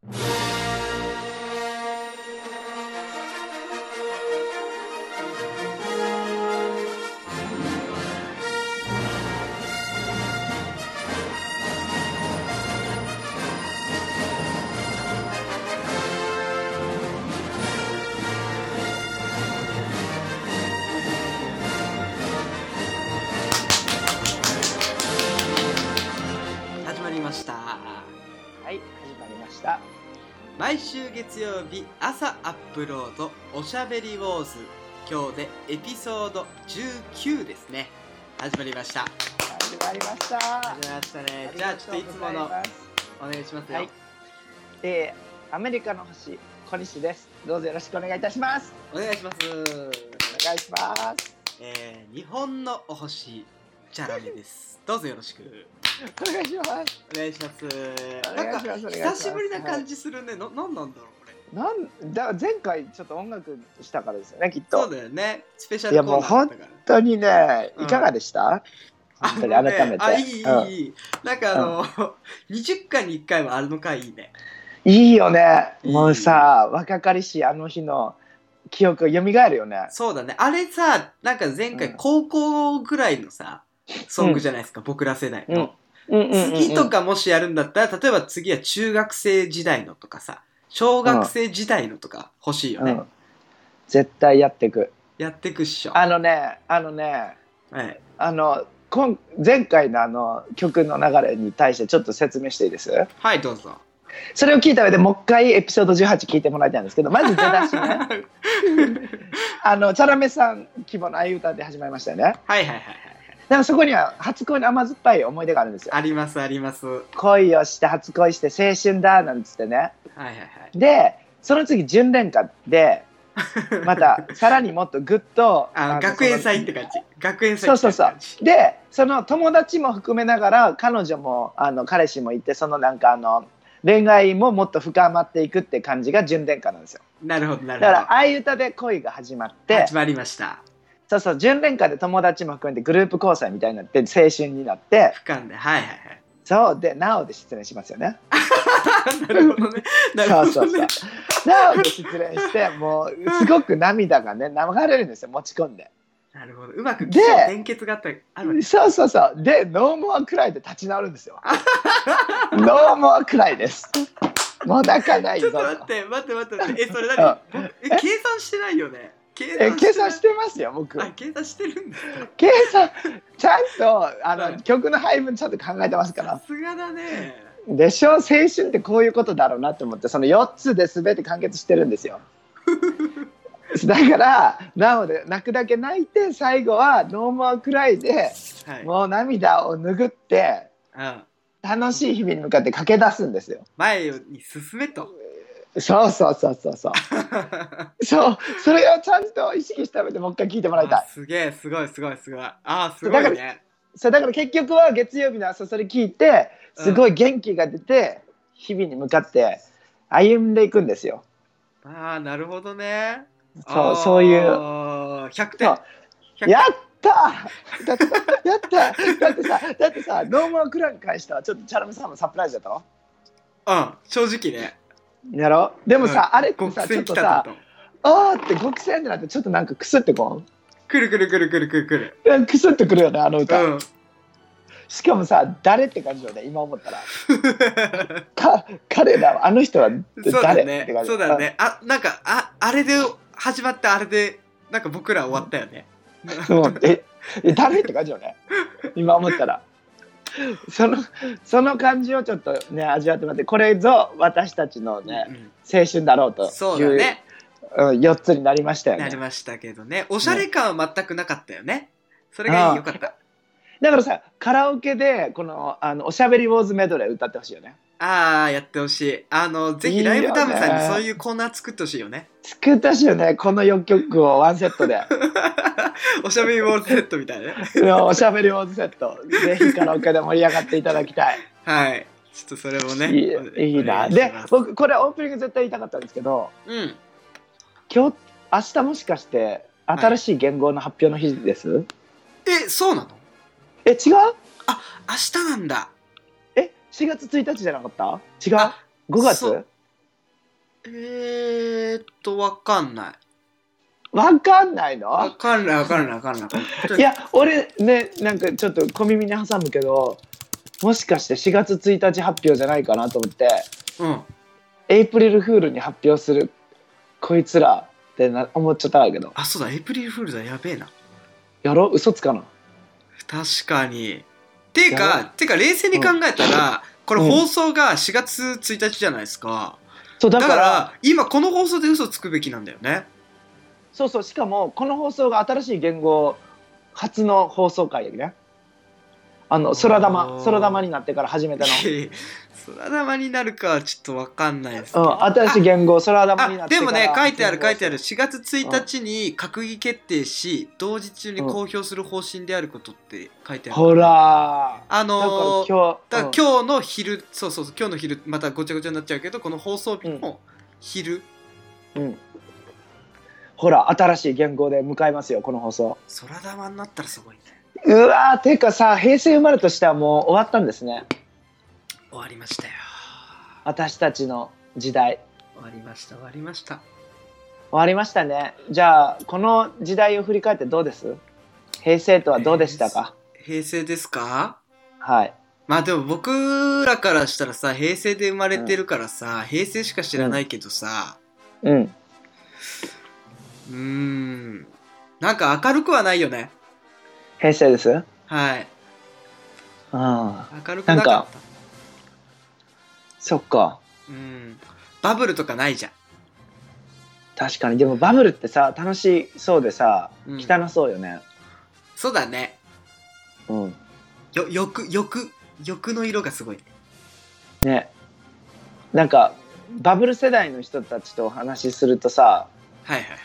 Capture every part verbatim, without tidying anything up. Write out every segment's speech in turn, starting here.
始まりました。 はい、始まりました。 毎週月曜日朝アップロードおしゃべりウォーズ、今日でエピソードじゅうきゅうですね。始まりました。 始まりました。 始まりましたね。じゃあちょっといつものお願いしますよ。 はい、えー、アメリカの星小西です。どうぞよろしくお願いいたします。 お願いします。 お願いします。 えー、日本のお星チャラメです。どうぞよろしくお願いします。 お願いします。 お願いします。 なんか久しぶりな感じするね。はい、な、なんなんだろうこれ。 なんだ前回ちょっと音楽したからですよね、きっと。 そうだよね。スペシャルコーナーだったから。いやもう本当にね、いかがでした？うん、本当に改めて。 あ、いいいい、うん、いい。なんかあの、うん、にじゅっかいにいっかいはあの回いいね。 いいよね。もうさ、若かりしあの日の記憶が蘇るよね。 そうだね。あれさ、なんか前回高校ぐらいのさ、うん、ソングじゃないですか、僕ら世代の。うんうんうんうん、次とかもしやるんだったら、例えば次は中学生時代のとかさ、小学生時代のとか欲しいよね。うん、 絶対やってく。 やってくっしょ。 あのね、あのね、 はい、 あの今前回のあの曲の流れに対してちょっと説明していいです？ はい、どうぞ。 それを聞いた上でもう一回エピソードじゅうはち聞いてもらいたいんですけど、まず出だしねあのチャラメさん規模のあいう歌で始まりましたよね。 はいはいはいはい。 でもそこには初恋の甘酸っぱい思い出があるんですよ。 ありますあります。 恋をして初恋して青春だなんつってね。 はいはいはい。 でその次純恋歌でまたさらにもっとグッとあの学園祭って感じ。学園祭そうそうそうでその友達も含めながら彼女もあの彼氏もいて、そのなんかあの恋愛ももっと深まっていくって感じが純恋歌なんですよ。 なるほどなるほど。 だからああいう歌で恋が始まって始まりました。 そうそう、純恋歌で友達も含めてグループ交際みたいになって青春になって俯瞰で、はいはいはい。 そうで、なおで失恋しますよねなるほどね。なるほどね。 そうそうそう。なおで失恋してもうすごく涙がね流れるんですよ、持ち込んで。 なるほど。うまく起承転結があったある。 そうそうそう。で、ノーモアクライで立ち直るんですよ。ノーモアクライです。もう泣かないぞ。 ちょっと待って待って待って待って。え、それ何？え、計算してないよね。 計算 して, 計算してますよ僕。 あ、計算してるんですか。 計算ちゃんとあの、はい、曲の配分ちゃんと考えてますから。 さすがだね。 でしょ、青春ってこういうことだろうなと思って、そのよっつで全て完結してるんですよだからなので泣くだけ泣いて最後はノーモアクライで、はい、もう涙を拭って、うん、楽しい日々に向かって駆け出すんですよ。 前に進めと。 そうそうそうそうそうそうそれをちゃんと意識した上でもう一回聞いてもらいたい。 すげえすごいすごいすごい。ああすごいね。だからそうだから結局は月曜日の朝それ聞いてすごい元気が出て、うん、日々に向かって歩んでいくんですよ。 ああなるほどね。 そうそういうひゃくてん。 やっただってやっただってさだってさノーマルクランに関してはちょっとチャラメさんもサプライズだったろ。 うん正直ね。 やろでもさ、うん、あれってさちょっとさあーって極戦ってなってちょっとなんかクスってこんくるくるくるくるくるくるクスってくるよねあの歌、うん、しかもさ誰って感じよね今思ったらか彼らはあの人は誰そうだ、ね、 って感じ。 そうだね。あなんかああれで始まってあれでなんか僕ら終わったよね。 もうええ誰って感じよね今思ったら。そのその感じをちょっとね味わってもらって、これぞ私たちのね、うんうん、青春だろうというそうだね、 うん、よっつになりましたよね。 なりましたけどね。おしゃれ感は全くなかったよね。それがよかった。 だからさカラオケでこのあのおしゃべりウォーズメドレー歌ってほしいよね。 ああやってほしい。あのぜひライブダムさんにそういうコーナー作ってほしいよね。 作ってほしいよねこのよっきょくをワンセットでおしゃべりウォーズセットみたいなねおしゃべりウォーズセットぜひカラオケで盛り上がっていただきたい。 はいちょっとそれもねいい, いいな。で僕これオープニング絶対言いたかったんですけど、うん、今日明日もしかして新しい言語の発表の日です、はい、 えそうなの。 え違うあ明日なんだ。 えしがつついたちじゃなかった。違うごがつえーっとわかんないわかんないの？ わかんないわかんないわかんないいや俺ねなんかちょっと小耳に挟むけどもしかしてしがつついたち発表じゃないかなと思って、 うん、 エイプリルフールに発表するこいつらってな思っちゃったんだけど。 あそうだエイプリルフールだやべえなやろ嘘つかな。 確かにていうかていうか冷静に考えたら、うん、これ放送がしがつついたちじゃないですか、うん、そうだから、だから今この放送で嘘つくべきなんだよね。 そうそうしかもこの放送が新しい言語初の放送回やね。あの空玉空玉になってから初めての空玉になるかはちょっと分かんないですけど、 うん、新しい言語空玉になってから。 でもね書いてある書いてあるしがつついたちに閣議決定し同日中に公表する方針であることって書いてある、 うん、ほらあのー、だから今日、だから今日の昼そうそうそう今日の昼またごちゃごちゃになっちゃうけどこの放送日の昼、 うん、うん、ほら新しい言語で迎えますよこの放送。 空玉になったらすごいね。 うわーてかさ平成生まれとしてはもう終わったんですね。 終わりましたよ私たちの時代。 終わりました終わりました終わりましたね。じゃあこの時代を振り返ってどうです？平成とはどうでしたか？ 平成ですか？ はい。 まあでも僕らからしたらさ平成で生まれてるからさ、うん、平成しか知らないけどさうんうーんなんか明るくはないよね。 平成です。 はいああ明るくなかった。 そっか。 うんバブルとかないじゃん。 確かにでもバブルってさ楽しそうでさ、うん、汚そうよね。 そうだね。 うんよ欲欲欲の色がすごいね。なんかバブル世代の人たちとお話しするとさはいはいはい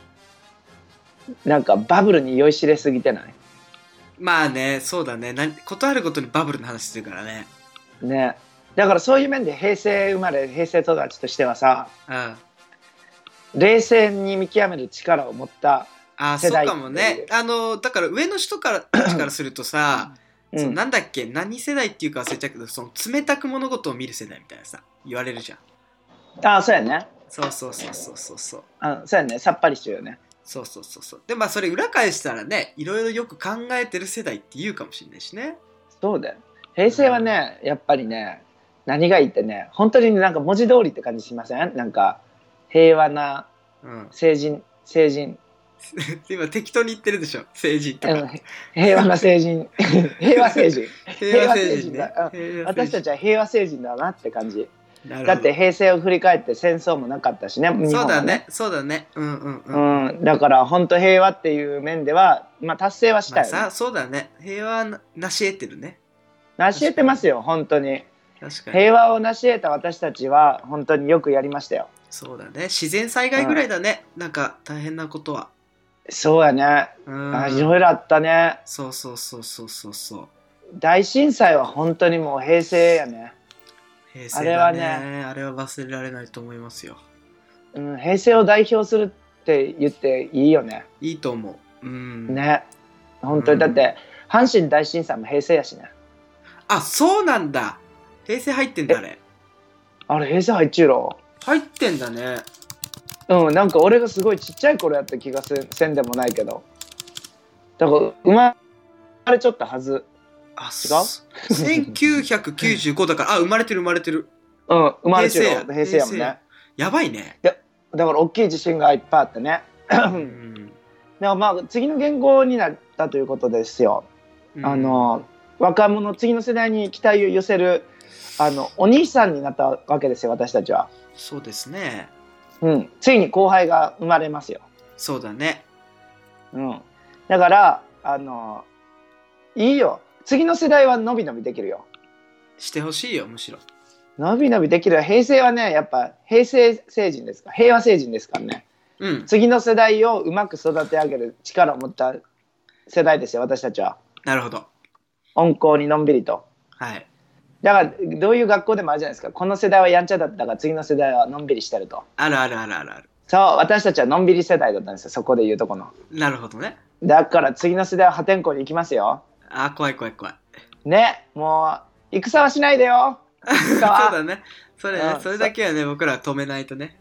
なんかバブルに酔いしれすぎてない？ まあねそうだねなことあるごとにバブルの話するからね。 ねだからそういう面で平成生まれ平成育ちとしてはさ、うん、冷静に見極める力を持った世代。 あそうかもね。あのだから上の人からからするとさ、うん、そのなんだっけ何世代っていうか忘れちゃうけどその冷たく物事を見る世代みたいなさ言われるじゃん。 ああそうやね。 そうそうそうそうそうそうあそうやねさっぱりしてるよね。 そうそうそうそうでまあそれ裏返したらねいろいろよく考えてる世代って言うかもしれないしね。 そうだよ平成はね、うん、やっぱりね何がいいってね本当になんか文字通りって感じしません？なんか平和な成人、うん、成人今適当に言ってるでしょ成人とか、うん、 平和な成人平和成人平和成人だ、ね、私たちは平和成人だなって感じ。だって平成を振り返って戦争もなかったしね。日本はね。そうだねそうだねうんうんうん、 うん、だから本当平和っていう面では、まあ、達成はしたよね、 まあ、さそうだね平和な成し得てるね。 成し得てますよ本当に。 確かに平和を成し得た私たちは本当によくやりましたよ。 そうだね自然災害ぐらいだね、うん、なんか大変なことは。 そうやね、うん、あいろいろあったね。 そうそうそうそうそうそう大震災は本当にもう平成やね。 平成だね、あれはねあれは忘れられないと思いますよ、 うん、平成を代表するって言っていいよね。 いいと思う、うん、 ね本当に、うん、だって阪神大震災も平成やしね。 あそうなんだ平成入ってんだあれ。 あれ平成入っちゅうろ。 入ってんだね。 うんなんか俺がすごいちっちゃい頃やった気がせ ん, せんでもないけどだから生まれちゃったはず。 あ違うせんきゅうひゃくきゅうじゅうごだからあ生まれてる生まれてるうん生まれてる平成 や, 平成やもんね。 やばいね。 だから大きい地震がいっぱいあってねうんだからまあ次の言語になったということですよ、うん、あの若者次の世代に期待を寄せるあのお兄さんになったわけですよ私たちは。 そうですね、 うん、ついに後輩が生まれますよ。 そうだね、 うん、だからあのいいよ次の世代はのびのびできるよ。 してほしいよむしろ。 のびのびできる。平成はねやっぱ平成成人ですか平和成人ですからね、うん、次の世代をうまく育て上げる力を持った世代ですよ私たちは。 なるほど。 温厚にのんびりと。 はいだからどういう学校でもあるじゃないですか。この世代はやんちゃだったから次の世代はのんびりしてると。 あるあるあるあるある。 そう私たちはのんびり世代だったんですよそこでいうとこの。 なるほどね。 だから次の世代は破天荒に行きますよ。 あ怖い怖い怖いねもう戦はしないでよ戦はそうだねそれね、うん、それだけはね僕らは止めないとね。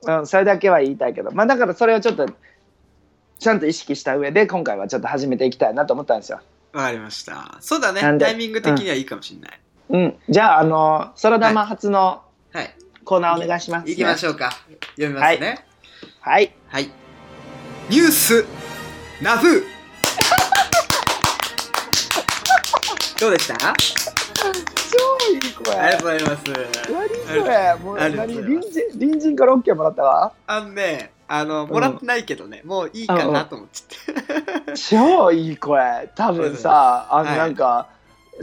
うん、それだけは言いたいけど、まあだからそれをちょっとちゃんと意識した上で今回はちょっと始めていきたいなと思ったんですよ。 わかりました。そうだね。タイミング的にはいいかもしれない。 うん、うん、じゃああの空玉初のコーナーお願いします、ね。 いきましょうか。読みますね。 はい。 はい。ニュースナフー。どうでした？ 超いい声。 ありがとうございます。 何それ。もう何隣人隣人から OK もらったわ。 あのね、あのもらってないけどね、うん、もういいかなと思ってて。 超いい声。多分さ、あのなんか、はい、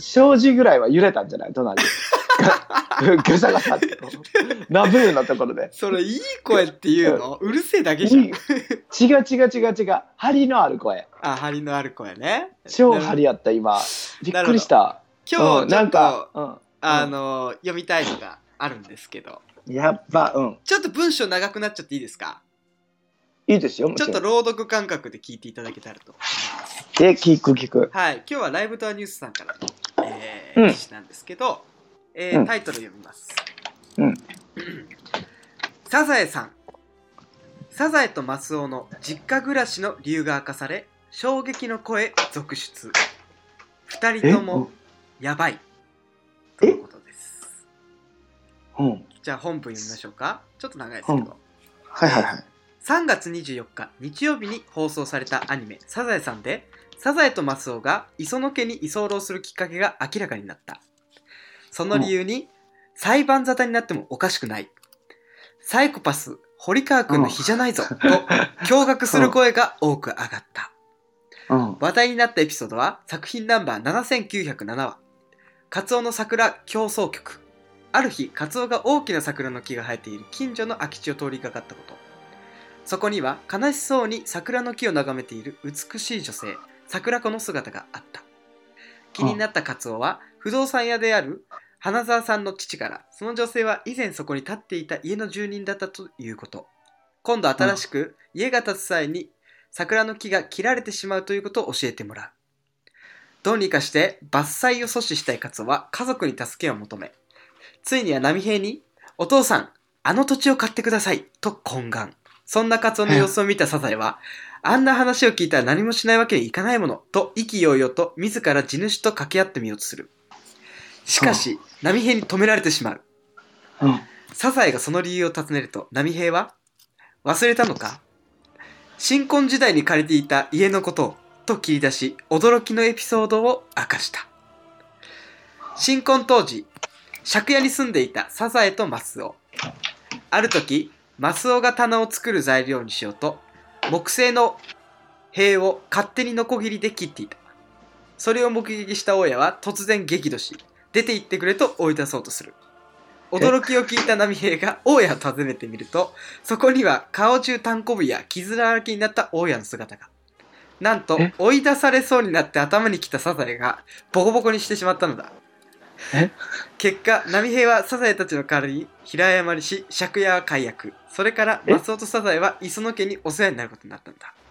障子ぐらいは揺れたんじゃない隣。ガサガサってナブーのところで。それいい声っていうの？うるせえだけじゃん。違う違う違う違う。張りのある声。 あ、張りのある声ね。 超張りあった今。びっくりした。 今日ちょっと、うん、あの読みたいのがあるんですけど。 やっぱうん。 ちょっと文章長くなっちゃっていいですか？ いいですよ。 ちょっと朗読感覚で聞いていただけたらと思います。 え、聞く聞く。 はい。今日はライブドアニュースさんからの、えー、記事なんですけど、えーうん、タイトル読みます。 うん。 サザエさん。サザエとマスオの実家暮らしの理由が明かされ、衝撃の声続出。二人ともやばい。ということです。 うん。 じゃあ本文読みましょうか。ちょっと長いですけど。うん、 はいはいはい。 さんがつにじゅうよっか日曜日に放送されたアニメサザエさんで、サザエとマスオが磯野家に居候するきっかけが明らかになった。その理由に、裁判沙汰になってもおかしくない。サイコパス、堀川くんの日じゃないぞ、と驚愕する声が多く上がった。話題になったエピソードは、作品ナンバーななせんきゅうひゃくななわ、カツオの桜競争曲。ある日、カツオが大きな桜の木が生えている近所の空き地を通りかかったこと。そこには、悲しそうに桜の木を眺めている美しい女性、桜子の姿があった。気になったカツオは、不動産屋である花沢さんの父から、その女性は以前そこに建っていた家の住人だったということ。今度新しく家が建つ際に桜の木が切られてしまうということを教えてもらう。どうにかして伐採を阻止したいカツオは家族に助けを求め、ついには波平に、お父さん、あの土地を買ってください、と懇願。そんなカツオの様子を見たサザエは、あんな話を聞いたら何もしないわけにいかないもの、と意気揚々と自ら地主と掛け合ってみようとする。しかし、波平に止められてしまう。 うん、 サザエがその理由を尋ねると、波平は、忘れたのか？新婚時代に借りていた家のことを、と切り出し、驚きのエピソードを明かした。新婚当時、借家に住んでいたサザエとマスオ。ある時、マスオが棚を作る材料にしようと、木製の塀を勝手にノコギリで切っていた。それを目撃した大家は突然激怒し、出て行ってくれと追い出そうとする。驚きを聞いた波平が大家を訪ねてみると、そこには顔中タンコブや傷だらけになった大家の姿が。なんと追い出されそうになって頭に来たサザエがボコボコにしてしまったのだ。結果、波平はサザエたちの代わりに平謝りし、借家は解約。それからマスオとサザエは磯野家にお世話になることになったんだ。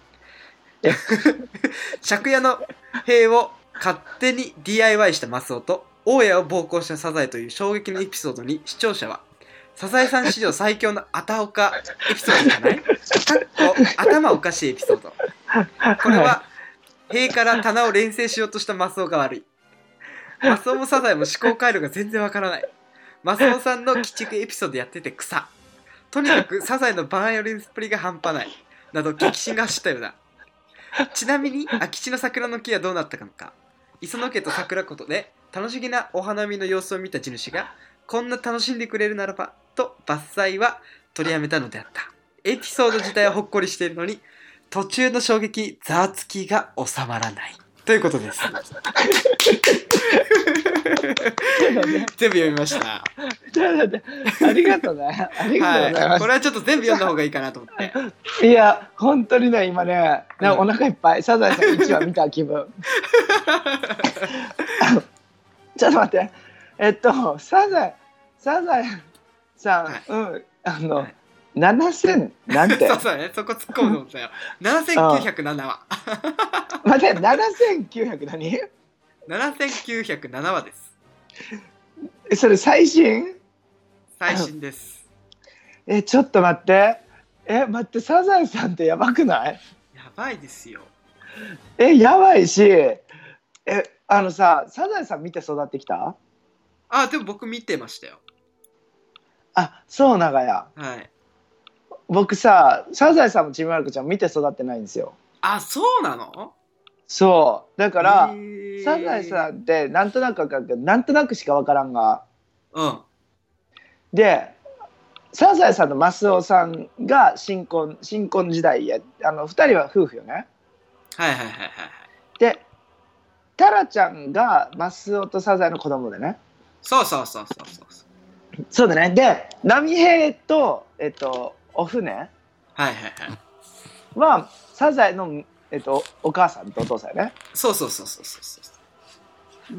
借家の塀を勝手に ディーアイワイ したマスオと大家を暴行したサザエという衝撃のエピソードに視聴者は、サザエさん史上最強のあたおかエピソードじゃない？かっこ頭おかしいエピソード。これは塀から棚を連成しようとしたマスオが悪い。マスオもサザエも思考回路が全然わからない。マスオさんの鬼畜エピソードやってて草。とにかくサザエのバイオリンスプリが半端ない。など激震が走ったようだ。ちなみに空き地の桜の木はどうなったのか。磯野家と桜子とで楽しげなお花見の様子を見た地主が、こんな楽しんでくれるならばと伐採は取りやめたのであった。エピソード自体はほっこりしているのに、途中の衝撃ざわつきが収まらないということです。全部読みました。 ありがとうね。ありがとうございます。 はい、これはちょっと全部読んだ方がいいかなと思って。 いや本当にね今ね、なんかお腹いっぱい。サザエさんいちわ見た気分。ちょっと待って。えっとサザエサザエさん、はい、うんあの、はい、ななせんなんて。 そうそうね、そこ突っ込むと思ったよ。ななせんきゅうひゃくななわ。 待って、ななせんきゅうひゃく何？ ななせんきゅうひゃくななわです。 それ最新？ 最新です。 えちょっと待ってえ待ってサザエさんってやばくない？ やばいですよ。 えやばいしえあのさサザエさん見て育ってきた？ あ、でも僕見てましたよ。 あそう長屋。 はい。 僕さサザエさんもちびまる子ちゃん見て育ってないんですよ。 あ、そうなの？ そうだから、 へーサザエさんってなんとなくわかるけどなんとなくしかわからんがうん。 でサザエさんとマスオさんが新婚新婚時代やあのふたりは夫婦よね。 はいはいはいはいはい。 でタラちゃんがマスオとサザエの子供でね。 そうそうそうそうそうそう。 そうだね。で波平と、えっと、お船はいはいはい。 はサザエの、えっと、お母さんとお父さんよね。 そうそうそうそうそうそう。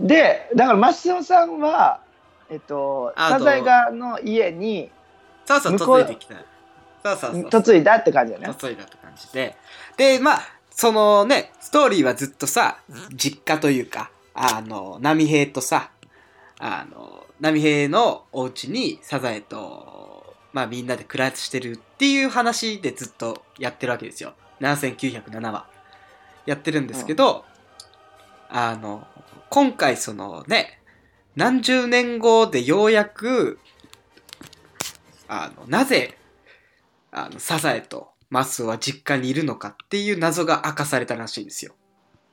でだからマスオさんは、えっと、 あとサザエ側の家にそうそう、 向こう嫁いできた。そうそうそうそう。 嫁いだって感じよね。 嫁いだって感じで。で、まあ、そのね、ストーリーはずっとさ、実家というか、あの、波平とさ、あの、波平のお家にサザエと、まあみんなで暮らしてるっていう話でずっとやってるわけですよ。ななせんきゅうひゃくななわ。やってるんですけど、うん、あの、今回そのね、何十年後でようやく、あの、なぜ、あの、サザエとマスオは実家にいるのかっていう謎が明かされたらしいんですよ。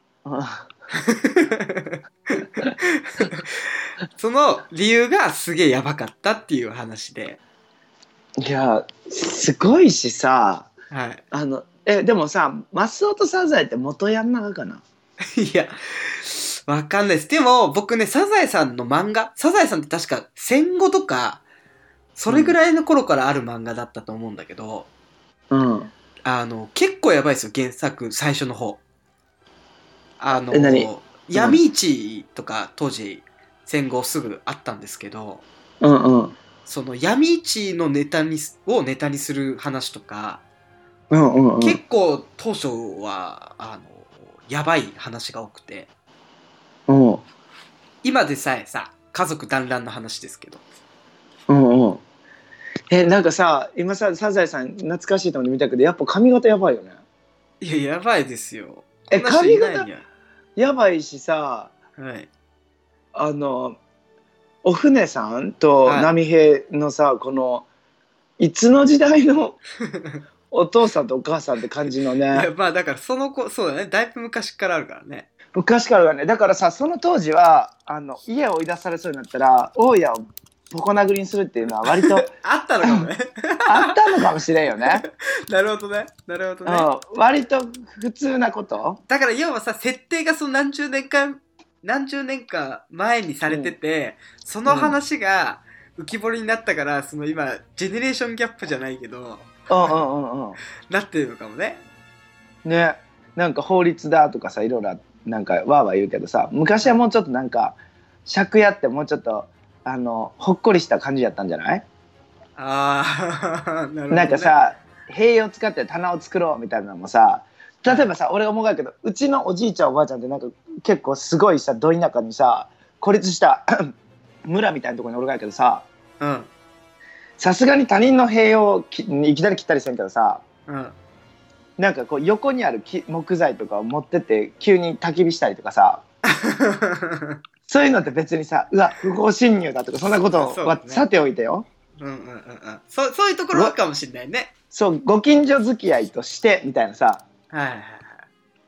その理由がすげえやばかったっていう話で。 いやすごいしさ、 はい、 あのえでもさマスオとサザエって元ヤン長かな？ いやわかんないです。でも僕ねサザエさんの漫画サザエさんって確か戦後とかそれぐらいの頃からある漫画だったと思うんだけど、 うん、 あの結構やばいですよ原作最初の方。あのえ何闇市とか当時戦後すぐあったんですけど、 うんうんその闇市のネタにをネタにする話とか、 うんうんうん、 結構当初はあのやばい話が多くて、 うん、 今でさえさ家族団らんの話ですけど、 うんうん、えなんかさ今さサザエさん懐かしいと思って見たけどやっぱ髪型やばいよね。 いややばいですよ。 えこんな人いないんや。 やばいしさ、 はい、 あのお船さんと波平のさ、はい、このいつの時代のお父さんとお母さんって感じのね。いやまあだからその子そうだねだいぶ昔からあるからね。 昔からはね。だからさその当時はあの家を追い出されそうになったら大家をボコ殴りにするっていうのは割とあったのかもねあったのかもしれんよねなるほどねなるほどね、 うん、割と普通なこと。 だから要はさ設定がその何十年間何十年か前にされてて、うん、その話が浮き彫りになったから、その今ジェネレーションギャップじゃないけどうんうんうんうんなってるのかもね。 ね、なんか法律だとかさいろいろなんかわーわー言うけどさ昔はもうちょっとなんか借家ってもうちょっとあのほっこりした感じやったんじゃない？ ああ、なるほどね。 なんかさ塀を使って棚を作ろうみたいなのもさ例えばさ俺思うけどうちのおじいちゃんおばあちゃんってなんか結構すごいさど田舎にさ孤立した村みたいなところにおるがけどささすがに他人の塀をきいきなり切ったりせんけどさ、うん、なんかこう横にある木木材とかを持ってって急に焚き火したりとかさそういうのって別にさうわ不法侵入だとかそんなことはさておいてよ。うんうんうんうん、 そ, そういうところはかもしれないね。 そうご近所付き合いとしてみたいなさ、はいはいはい、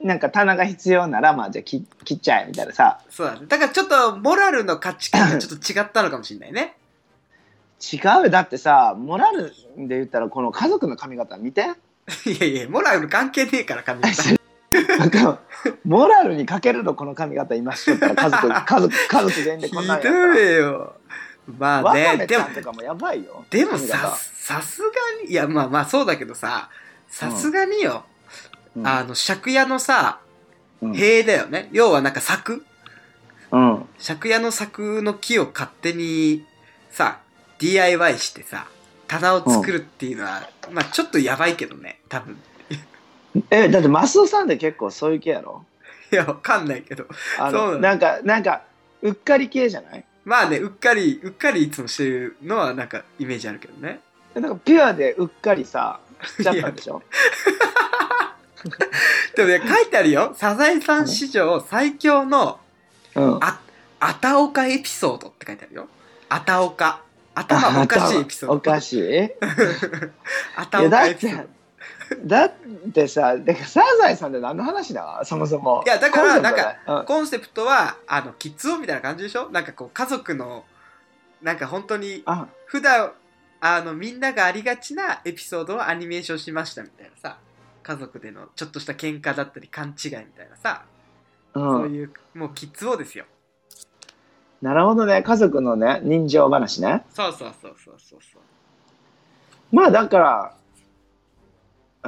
なんか棚が必要ならまあじゃあ 切, 切っちゃえみたいなさ。 そうだね。だからちょっとモラルの価値観がちょっと違ったのかもしれないね。 違うだってさモラルで言ったらこの家族の髪型見ていやいやモラル関係ねえから髪型モラルにかけるのこの髪型今しとったら家族家族家族全員でこんなんやったらひどいよ。まあね、 ワカメちゃんとかもやばいよ。 でもささすがにいやまあまあそうだけどささすがによ、うん、あの借家のさ、うん、塀だよね。要はなんか柵、うん、借家の柵の木を勝手にさ ディーアイワイ してさ棚を作るっていうのは、うん、まあちょっとやばいけどね多分えだってマスオさんって結構そういう系やろ。 いやわかんないけどあのそうなんかなんかうっかり系じゃない？ まあねうっかりうっかりいつもしてるのはなんかイメージあるけどね。 なんかピュアでうっかりさしちゃったんでしょでもね書いてあるよ、サザエさん史上最強の、うん、ああたおかエピソードって書いてあるよ。あたおか、頭おかしいエピソード。 おかしいあたおかエピソード。 だってさ、でサザエさんって何の話だそもそも。 いやだからなんか、うん、コンセプトはあのキッズ王みたいな感じでしょ。なんかこう家族のなんか本当に普段あのみんながありがちなエピソードをアニメーションしましたみたいなさ、家族でのちょっとした喧嘩だったり勘違いみたいなさ、うん、そういうもうキッズ王ですよ。 なるほどね、家族のね人情話ね。 そうそうそうそうそうそう。 まあだからうん、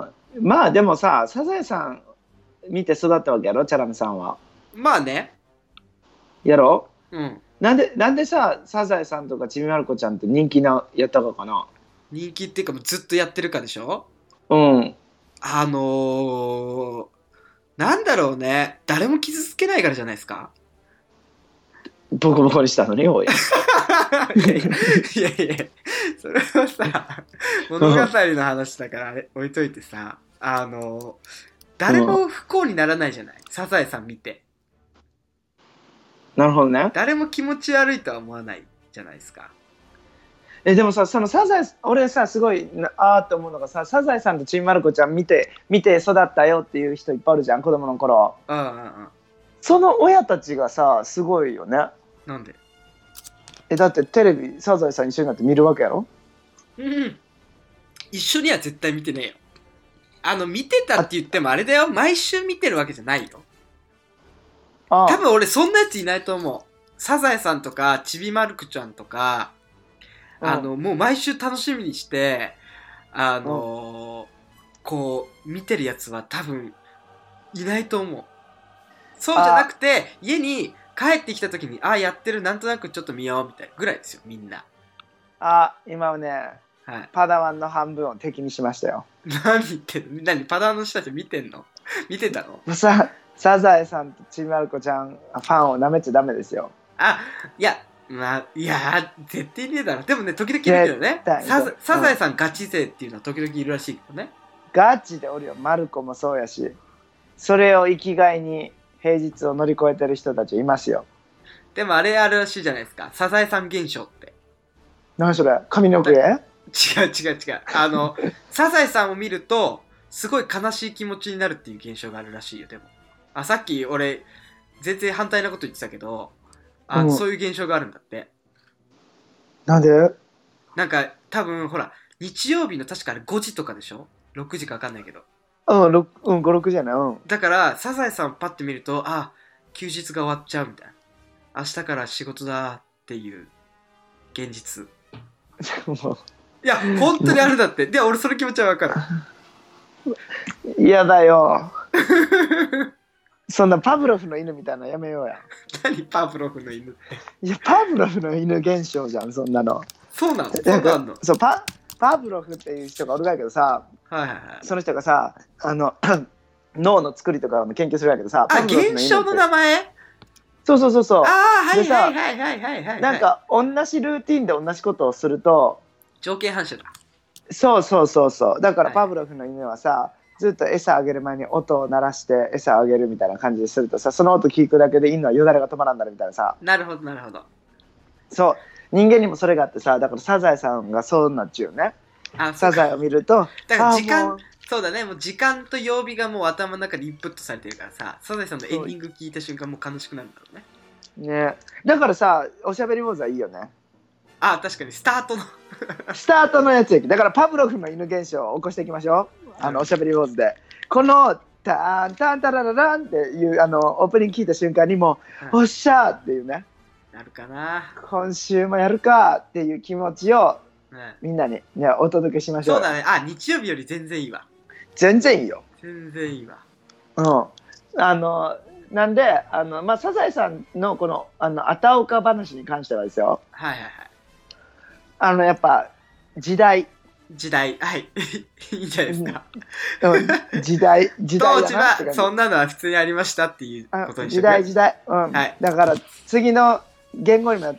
まあでもさ、サザエさん見て育ったわけやろ、チャラメさんは。 まあね。 やろ、 うん、 なんでなんでさ、サザエさんとかちびまる子ちゃんって人気なやったかかな。 人気っていうかもうずっとやってるかでしょ。 うん。 あのー、なんだろうね、誰も傷つけないからじゃないですか。 ボコボコにしたのに、おい。いやいやいや、それはさ、物語の話だからあれ置いといてさ、あの誰も不幸にならないじゃない、サザエさん見て。 なるほどね。 誰も気持ち悪いとは思わないじゃないですか。 えでもさ、そのサザエ、俺さすごいあーって思うのがさ、サザエさんとちびまる子ちゃん見て見て育ったよっていう人いっぱいあるじゃん、子供の頃。 うんうんうん。 その親たちがさすごいよね。 なんで？ えだってテレビサザエさん一緒になって見るわけやろ。 うん、一緒には絶対見てねえよ。あの見てたって言ってもあれだよ、毎週見てるわけじゃないよ。ああ、多分俺そんなやついないと思う。サザエさんとかちびまる子ちゃんとか、あのもう毎週楽しみにしてあのー、こう見てるやつは多分いないと思う。そうじゃなくて家に帰ってきた時にあやってる、なんとなくちょっと見ようみたいなぐらいですよ、みんな。 あ今はね、 はい、 パダワンの半分を敵にしましたよ。 何言ってんの？何パダワンの人たち見てんの？見てたの？ さサザエさんとちびまる子ちゃんファンをなめちゃダメですよ。 あいやまあいや絶対ねえだろ。でもね時々いるけどね、サザ、サザエさんガチ勢っていうのは時々いるらしいけどね。 ガチでおるよ、マルコもそうやし、それを生きがいに平日を乗り越えてる人たちいますよ。 でもあれあるらしいじゃないですか、サザエさん現象って。 何それ、髪の毛？違う違う違う。あのサザエさんを見るとすごい悲しい気持ちになるっていう現象があるらしいよ。でもあさっき俺全然反対なこと言ってたけど、あ、うん、そういう現象があるんだって。 なんで？ なんか多分ほら日曜日の確かあれごじとかでしょ、ろくじか分かんないけど、 うん、うん、ご、ろくじゃない、うん、 だからサザエさんパッて見るとあ休日が終わっちゃうみたいな、明日から仕事だっていう現実いや本当にあるだって。で俺その気持ちは分かる。嫌だよそんなパブロフの犬みたいなのやめようや。 何パブロフの犬って。 いやパブロフの犬現象じゃん、そんなの。 そうなの？そうなんの？ そう、パパブロフっていう人がおるわけどさ、 はいはいはい、 その人がさあの脳の作りとかの研究するわけどさ、 あ現象の名前？ そうそうそうそう。 ああはいはいはいはいはいはい。 なんか同じルーティンで同じことをすると条件反射だ。 そうそうそうそう。だからパブロフの犬はさ、はい、ずっと餌あげる前に音を鳴らして餌あげるみたいな感じでするとさ、その音聞くだけで犬はよだれが止まらんなるみたいなさ。 なるほどなるほど。 そう人間にもそれがあってさ、だからサザエさんがそうなっちゅうね。あサザエを見るとだから時間、そうだね、もう時間と曜日がもう頭の中でインプットされてるからさ、サザエさんのエンディング聞いた瞬間もう悲しくなるんだろうね。 ね、だからさおしゃべり坊主はいいよね。 あ確かにスタートのスタートのやつやき。だからパブロフの犬現象を起こしていきましょう、あのおしゃべり坊主で。このタンタンタララランっていうあのオープニング聞いた瞬間にも、うん、おっしゃーっていうね、 なるかな、 今週もやるかっていう気持ちを、うん、みんなに、ね、お届けしましょう。 そうだね。あ日曜日より全然いいわ。 全然いいよ。 全然いいわ。 うんあのなんであの、まあ、サザエさんのこのあのあたおか話に関してはですよ、 はいはいはい、 あのやっぱ時代時代はいいいんじゃないですか、 うん、時代時代だなって感じ。 当時はそんなのは普通にありましたっていうことにして時代時代、うんはい、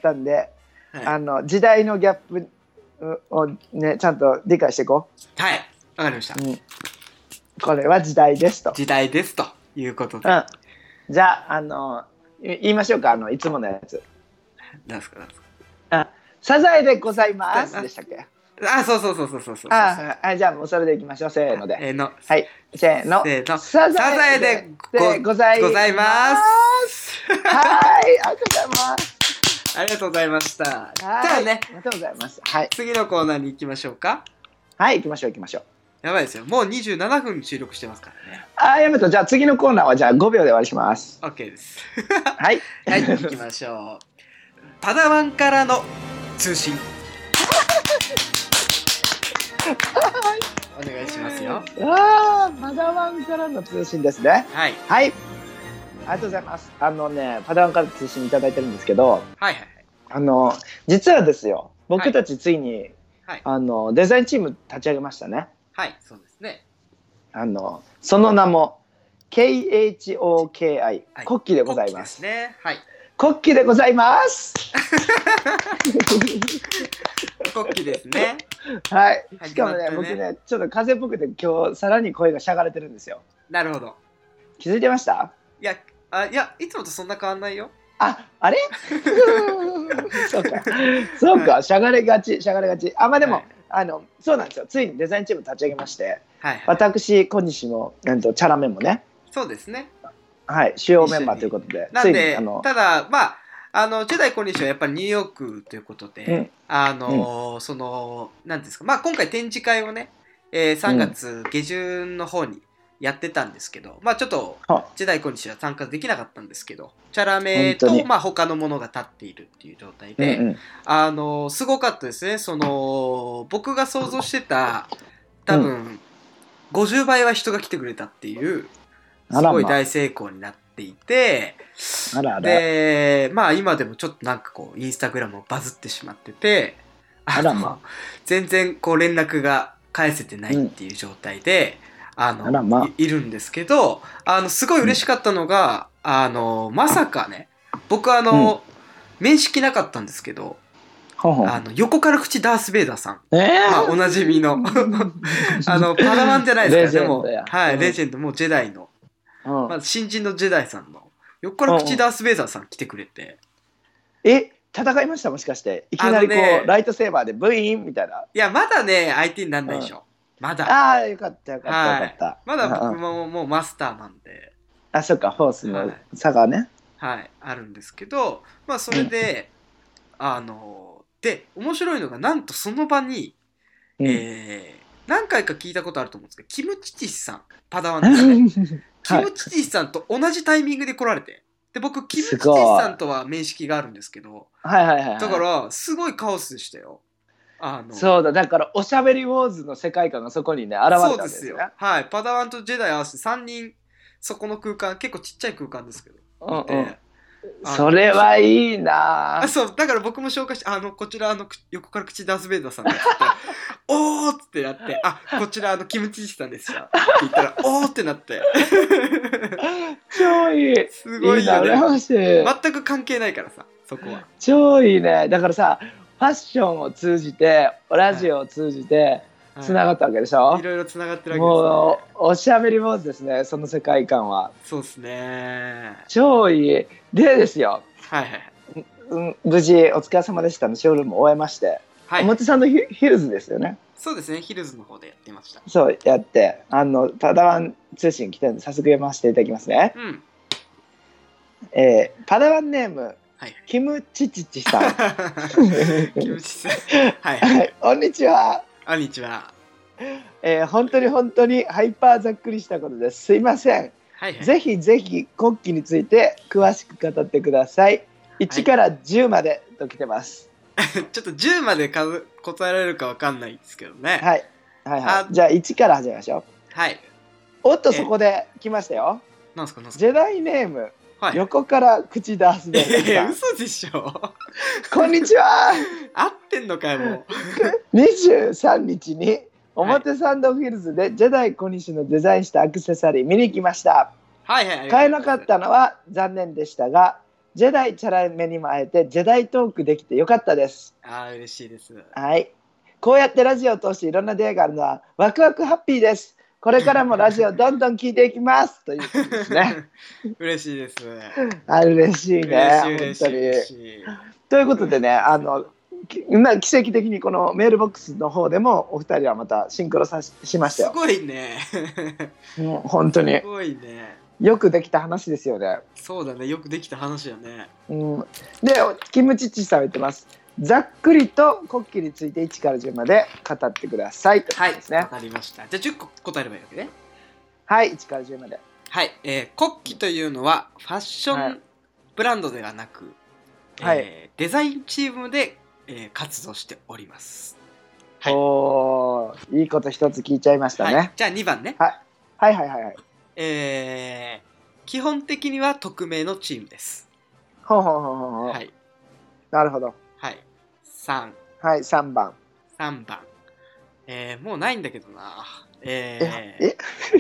だから次の言語にもなったんで、はい、あの時代のギャップをね、ちゃんと理解していこう。はい、わかりました、 うん。これは時代ですと。 時代ですということで。 うん。じゃあ、あの、言いましょうか、あの、いつものやつ。 何ですか、何ですか。 あ、サザエでございますでしたっけ？ あ、そうそうそうそうそうそう。 あ、はい、じゃあもうそれでいきましょう。せーので。 えー、の。 はい、せーの。 せーの。 サザエでございます。 はい、ありがとうございます。 ありがとうございました。じゃあね、 ありがとうございます。はい。 次のコーナーに行きましょうか。 はい、行きましょう行きましょう。 やばいですよ。もうにじゅうななふん収録してますからね。 あ、やめと。じゃあ次のコーナーはじゃあごびょうで終わりします。 OK です。 はい。 はい、行きましょう。パダワンからの通信。お願いしますよ。 ああ、パダワンからの通信ですね。 はい。 はい。ありがとうございます。あのね、パダワンから通信いただいてるんですけど、 はいはいはい。 あの、実はですよ、僕たちついに、 はい、 あの、デザインチーム立ち上げましたね。 はい、そうですね。 あの、その名も、ケーエイチオーケーアイ、はい、国旗でございます。 国旗ですね。はい。 国旗でございます。 国旗ですね。 はい。しかもね、僕ね、ちょっと風邪っぽくて今日さらに声がしゃがれてるんですよ。 なるほど。 気づいてました？ いや、あ、いや、いつもとそんな変わんないよ。 あ、あれそうか。そうか、はい、しゃがれがち、しゃがれがち。あ、まあでも、はい、あの、そうなんですよ。ついにデザインチーム立ち上げまして、はいはい、私、小西も、なんと、チャラメンもね。 そうですね。 はい、主要メンバーということで。 なんで、あのただ、まあ、あの、ジェダイ小西はやっぱりニューヨークということで、うん、あの、うん、その、なんですか、まあ今回展示会をね、えー、さんがつ下旬の方にやってたんですけど、うん、まあちょっと、ジェダイ小西は参加できなかったんですけど、チャラメと、まあ他のものが立っているっていう状態で、うんうん、あの、すごかったですね。その、僕が想像してた、多分、うん、ごじゅうばいは人が来てくれたっていう、すごい大成功になっていて、あらあらで、まあ今でもちょっとなんかこう、インスタグラムをバズってしまってて、あの、あまあ、全然こう連絡が返せてないっていう状態で、うん、あの、あまあ、い, いるんですけど、あの、すごい嬉しかったのが、うん、あの、まさかね、僕あの、うん、面識なかったんですけど、ほんほんあの横から口ダース・ベイダーさん、えーまあ、おなじみのあのパダワンじゃないですか。でも、はい、レジェンド、もうジェダイの、うんまあ、新人のジェダイさんの横から口ダース・ベイダーさん来てくれて、 え戦いました？もしかしていきなりこう、ね、ライトセーバーでブイーンみたいな。 いやまだね相手になんないでしょ、うん、まだ。 ああよかったよかった、はい、よかった。 まだ僕ももうマスターなんで、 あそっかフォースの差がね、 はい、はい、あるんですけど、まあそれで、うん、あので面白いのがなんとその場に、うんえー、何回か聞いたことあると思うんですけど、キム・チチシさん、パダワンですねキム・チチシさんと同じタイミングで来られて、で僕キム・チチシさんとは面識があるんですけど、 はいはいはいはい、 だからすごいカオスでしたよ。あのそうだ、だからおしゃべりウォーズの世界観がそこにね現れたんですね。そうですよ。 はい、パダワンとジェダイ合わせてさんにんそこの空間、結構ちっちゃい空間ですけど、うんうん、 それはいいなあ。そうだから僕も紹介して、あのこちらあの横から口ダース・ベイダーさんですっておーってなって、あこちらあのキム・チチさんですよって言ったらおーってなって超いい、 すごいよね。 いいな、 全く関係ないからさ、そこは超いいね。だからさ、ファッションを通じてラジオを通じてつながったわけでしょ、 はい、いろいろつながってるわけです、ね、 もうおしゃべり坊主ですね、その世界観は。 そうですね、 超いい。でですよ、 はいはいはい、 うん、無事お疲れ様でしたのショールームを終えまして、はい、表参道 ヒ, ヒルズですよね。 そうですね、ヒルズの方でやってました。 そうやってあのパダワン通信来てるんで早速読ませていただきますね、うんえー、パダワンネーム、はい、キム・チチチさんキムチさん、はい、はい、こんにちは。 こんにちは。 えー、本当に本当にハイパーざっくりしたことです。すいません、はいはい、ぜひぜひ国旗について詳しく語ってください。いちからじゅうまでと来てます、 はい、ちょっとじゅうまで数答えられるかわかんないですけどね。 はいはいはい、じゃあいちから始めましょう。 はい。 おっとそこで来ましたよ。 なんすかなんすか。 ジェダイネーム、はい、横から口出すで。 いや嘘でしょこんにちは合ってんのかよもうにじゅうさんにちに表参道フィルズでジェダイ小西のデザインしたアクセサリー見に来ました。 はいはい、 買えなかったのは残念でしたが、ジェダイチャラメにも会えてジェダイトークできてよかったです。 あー嬉しいです。 はい、 こうやってラジオを通していろんな出会いがあるのはワクワクハッピーです。これからもラジオどんどん聞いていきますということですね。 嬉しいです。 あ、嬉しいね。 嬉しい嬉しい嬉しい。 ということでね、あの今奇跡的にこのメールボックスの方でもお二人はまたシンクロさししましたよ。 すごいね。 もう本当に。 すごいね。 よくできた話ですよね。 そうだね、よくできた話よね。 うん、で、キムチッチさんは言ってます。ざっくりと国旗についていちからじゅうまで語ってくださいということですね。 はい、わかりました。じゃあじゅっこ答えればいいわけね。 はい、いちからじゅうまで。 はい、えー、国旗というのはファッションブランドではなく、はい、えー、デザインチームで、えー、活動しております。 はい、おー、いいこと一つ聞いちゃいましたね。はい、 じゃあにばんね。 はい、はいはいはいはい。 えー、基本的には匿名のチームです。 ほうほうほうほう。はい。なるほど。 はい。さん。 はい、さんばん。 さんばん。えー、もうないんだけどな。 えー、え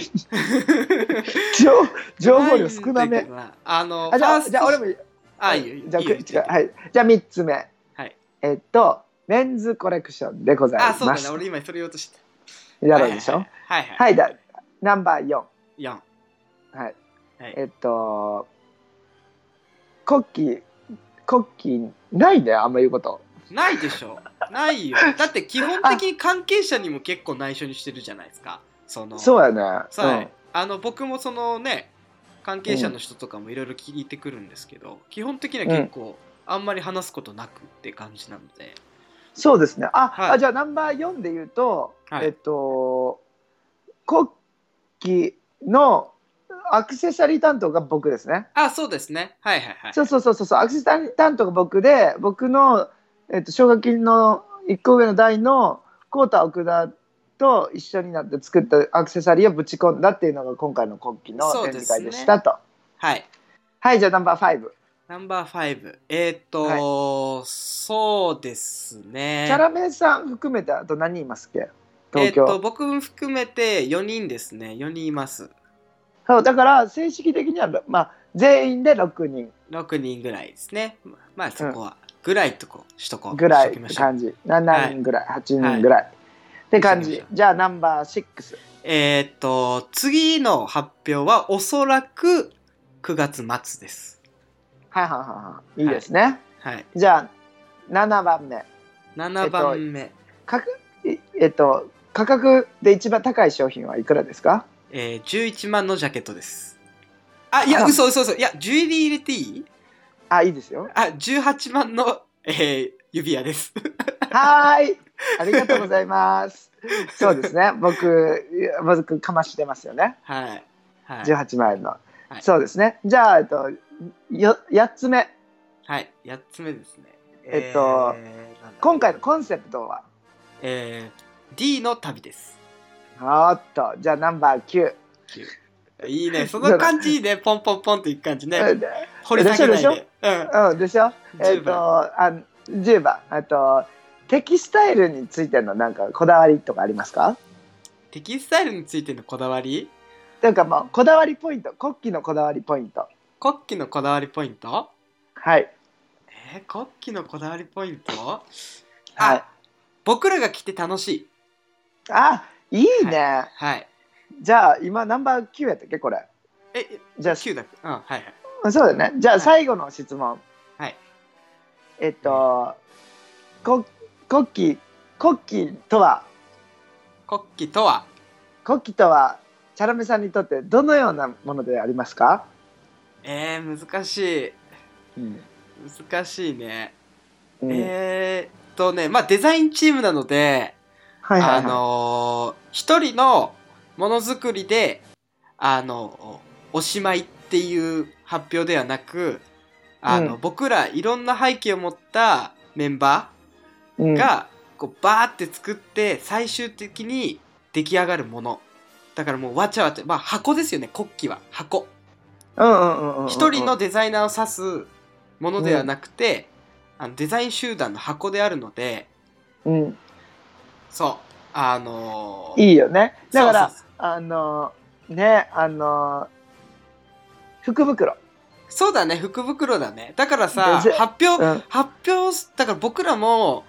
情報量少なめ。 あの、 あ、じゃあ、じゃあ俺も。 あ、いいよ、いいよ。 じゃあ、はい。じゃあみっつめ。 はい。 えっと、メンズコレクションでございます。 あ、そうだね。俺今それ言おうとしてた。やろうでしょ。はいはい。 はい、だナンバーよん。 よん。 はい。えっと、国旗、国旗、ないね、あんま言うこと。 ないでしょ。ないよ。だって基本的に関係者にも結構内緒にしてるじゃないですか。そのそうやね。 そう、うん、あの僕もそのね、関係者の人とかもいろいろ聞いてくるんですけど、うん、基本的には結構あんまり話すことなくって感じなので。 そうですね。あ、はい、あじゃあナンバーよんで言うと、はい、えっと国旗のアクセサリー担当が僕ですね。 あ、そうですね。はいはいはい。 そうそうそうそう、アクセサリー担当が僕で、僕の、えっと、奨学金のいっこ上の代のコータ奥田と一緒になって作ったアクセサリーをぶち込んだっていうのが今回の国旗の展示会でしたと。 はい。 はい、じゃあナンバーファイブ。 ナンバーファイブ。えー、っと、はい、そうですね。 キャラメンさん含めてあと何人いますっけ？東京。 えー、っと、僕含めてよにんですね。よにんいます。 そうだから正式的には、まあ、全員でろくにん。 ろくにんぐらいですね。まあそこは、ぐらいとこしとこう。 ぐらいって感じ。ななにんぐらい、はい、はちにんぐらい。はい、って感じ。じゃあナンバーシックス。 えー、っと、次の発表はおそらくくがつ末です。 はいはいはいはい。いいですね。 はい。 じゃあななばんめ。 ななばんめ。えっと、 かえっと、価格で一番高い商品はいくらですか？ えー、じゅういちまんのジャケットです。あ、いや、嘘嘘嘘。いや、ジュエリー入れていい？ あ、いいですよ。 あ、じゅうはちまんの、えー、指輪です。 はーい。ありがとうございます。そうですね。僕、僕、かましてますよね。 はい。 はい、じゅうはちまんえんの。はい、そうですね。じゃあ、えっと、よやっつめ。 はい。やっつめですね。 えっと、えー、今回のコンセプトはえー、D の旅です。 おっと、じゃあナンバーきゅう。 きゅういいね、その感じいいね、ポンポンポンっていく感じね。掘り下げないで。 でしょでしょ、うんうん、でしょえっと、あじゅうばん。あと、テキスタイルについてのなんかこだわりとかありますか？ テキスタイルについてのこだわり？ なんかもう、こだわりポイント、国旗のこだわりポイント。 国旗のこだわりポイント？ はい。 えー、国旗のこだわりポイント？はい。僕らが来て楽しい。 あ、いいね。 はい。はい、 じゃあ、今ナンバーきゅうやったっけこれ。 え、じゃあきゅうだっけ？うん、はいはい。 そうだね。じゃあ最後の質問。 はい。 えっと、国旗、国旗とは国旗とは国旗とは、チャラメさんにとってどのようなものでありますか？ えー、難しい。うん、難しいね。うん、えーっとね、まあデザインチームなので、はいはいはい、あのー、一人のものづくりで、あの、おしまいっていう発表ではなく、あの、うん、僕らいろんな背景を持ったメンバーが、こうバーって作って最終的に出来上がるもの。だからもうわちゃわちゃ、まあ箱ですよね、国旗は箱。一人のデザイナーを指すものではなくて、うん、あのデザイン集団の箱であるので、うん、そう、あのー、いいよね。だからそうそうそう、あのー、ね、あのー、福袋。 そうだね、福袋だね。だからさ、発表、うん、発表、だから僕らも、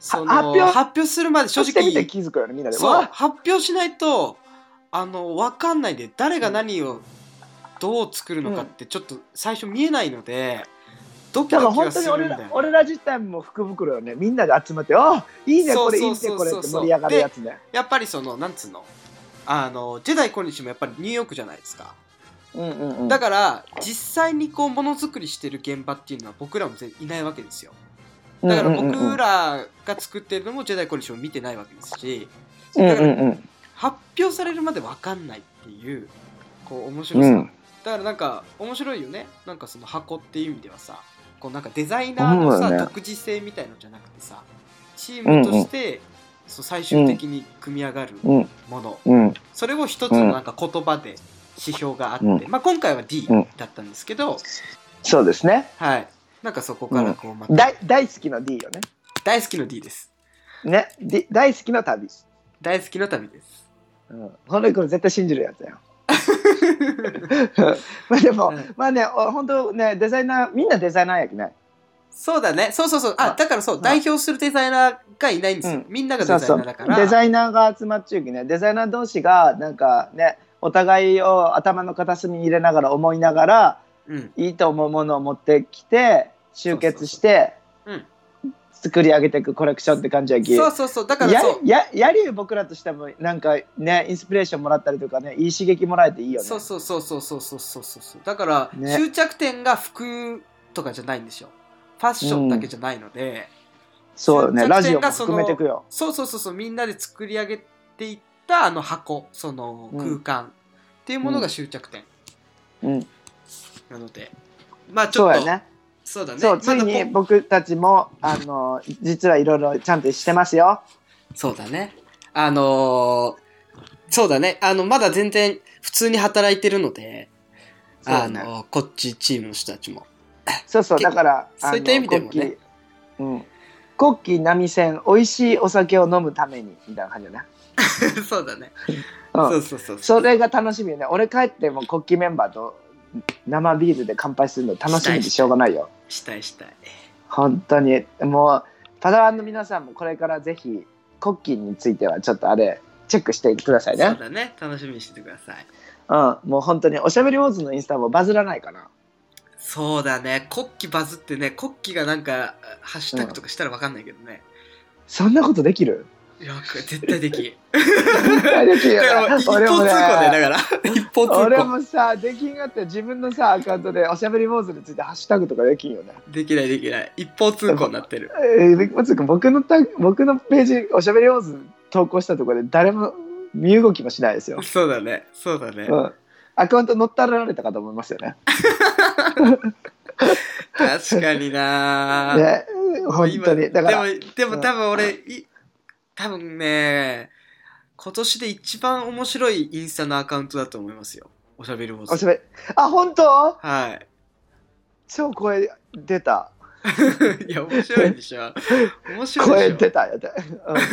その発表発表するまで正直見て気づくよねみんなで。 そう発表しないとあの分かんないで誰が何をどう作るのかってちょっと最初見えないので、うん、ドキドキはするんだよ、ね、 だから本当に俺ら俺ら自体も福袋よねみんなで集まってあいいねこれいいねこれって盛り上がるやつね。 やっぱりそのなんつうのあのジェダイ今日もやっぱりニューヨークじゃないですか。 うんうんうん、 だから実際にこうものづくりしてる現場っていうのは僕らも全然いないわけですよ。だから僕らが作ってるのもジェダイコリションを見てないわけですし、だから発表されるまで分かんないっていうこう面白さ、うん、だからなんか面白いよね。なんかその箱っていう意味ではさこうなんかデザイナーのさ、ね、独自性みたいのじゃなくてさチームとして、うんうん、そう最終的に組み上がるもの、うん、それを一つのなんか言葉で指標があって、うんまあ、今回は D だったんですけど、うん、 そうですねはいなんかそこからこうまた、 うん、大, 大好きの D よね。 大好きの D ですね、D、大好きの旅大好きの旅です、 うん、ほんとにこれ絶対信じるやつやんまあでも、うん、まあね本当ねデザイナーみんなデザイナーやきね。 そうだねそうそうそうあだからそう代表するデザイナーがいないんですよ、うん、みんながデザイナーだから。 そうそうデザイナーが集まっちゅうきねデザイナー同士がなんかねお互いを頭の片隅に入れながら思いながら、うん、いいと思うものを持ってきて集結して作り上げていくコレクションって感じやき。 そうそうそうだからそうややり僕らとしてもなんかねインスピレーションもらったりとかねいい刺激もらえていいよね。 そうそうそうそうそうそうそうそうだから、ね、終着点が服とかじゃないんですよ。ファッションだけじゃないので、うん、 そうねラジオも含めていくよ。 そうそうそうそうみんなで作り上げていったあの箱その空間、うん、っていうものが終着点、うん、なのでまあちょっとそうやねそうだね。 そう、ついに僕たちもあの実はいろいろちゃんとしてますよ。 そうだね。あのー、そうだね。あのまだ全然普通に働いてるので、ね、あのこっちチームの人たちも。 そうそうだからそういった意味でもね。 うん。国旗波線美味しいお酒を飲むためにみたいな感じだね。 そうだね。 うん、そうそうそう。それが楽しみよね。俺帰っても国旗メンバーと生ビールで乾杯するの楽しみでしょうがないよ。 したいしたい。 本当にもうパダワンの皆さんもこれからぜひ国旗についてはちょっとあれチェックしてくださいね。 そうだね楽しみにしててください。 うんもう本当におしゃべりウォーズのインスタもバズらないかな。 そうだね国旗バズってね国旗がなんかハッシュタグとかしたら分かんないけどね、うん、 そんなことできる？ いや絶対できる絶対できるよ、ね、 一方通行で、ね、だから一方通行俺もさできんがって自分のさアカウントでおしゃべり坊主についてハッシュタグとかできんよね。 できないできない一方通行になってる。 えー、一方通行僕のタ僕のページおしゃべり坊主投稿したところで誰も身動きもしないですよ。 そうだねそうだね、 うん、アカウント乗っ取られたかと思いますよね確かにな、 ね、本当にだからでもでも多分俺、うん、多分ね今年で一番面白いインスタのアカウントだと思いますよおしゃべり坊主。 おしゃべりあ本当？ はい超声出たいや面白いでしょ面白いでしょ声出たやた、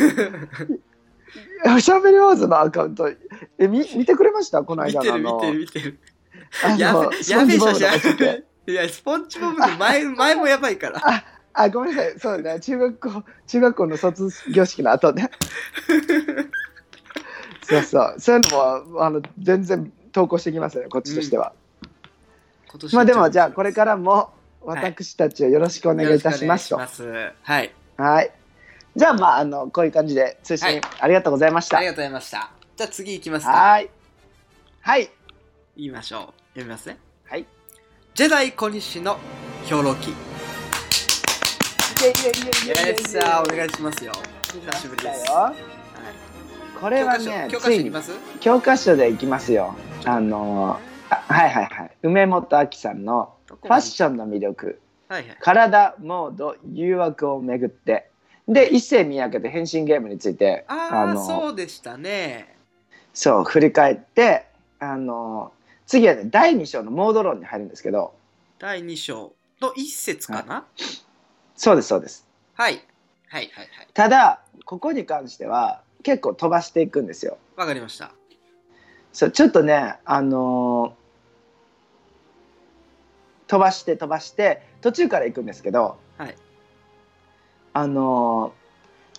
うん、おしゃべり坊主のアカウントえみ見てくれましたこの間の見てる見てる見てるやべやべ写真いやスポンジボブの前前もやばいからああごめんなさいそうね中学校中学校の卒業式の後ねそうそうそういうのもあの全然投稿してきますよこっちとしては、うん、まあでもじゃあこれからも私たちをよろしくお願いいたしますと。 はい、はいはいじゃあまああのこういう感じで通信ありがとうございました、 はい、ありがとうございました。じゃあ次行きますか。 はいはい言いましょう読みますね。 はいジェダイ小西の評論記。イエイイエイイエイイエイイエイ。さあお願いしますよ。久しぶりです。はい、 これはね教科書いきます？ 教科書でいきますよ。あのあはいはいはい梅本亜紀さんのファッションの魅力、はいはい、体モード誘惑をめぐってで一世三宅で変身ゲームについてああそうでしたね。 そう振り返ってあの次はねだいに章のモード論に入るんですけどだいに章の一節かな、はい、 そうですそうです、 はい、はいはいはいただここに関しては結構飛ばしていくんですよ。 わかりました。 そうちょっとねあのー、飛ばして飛ばして途中から行くんですけど、 はい、 あの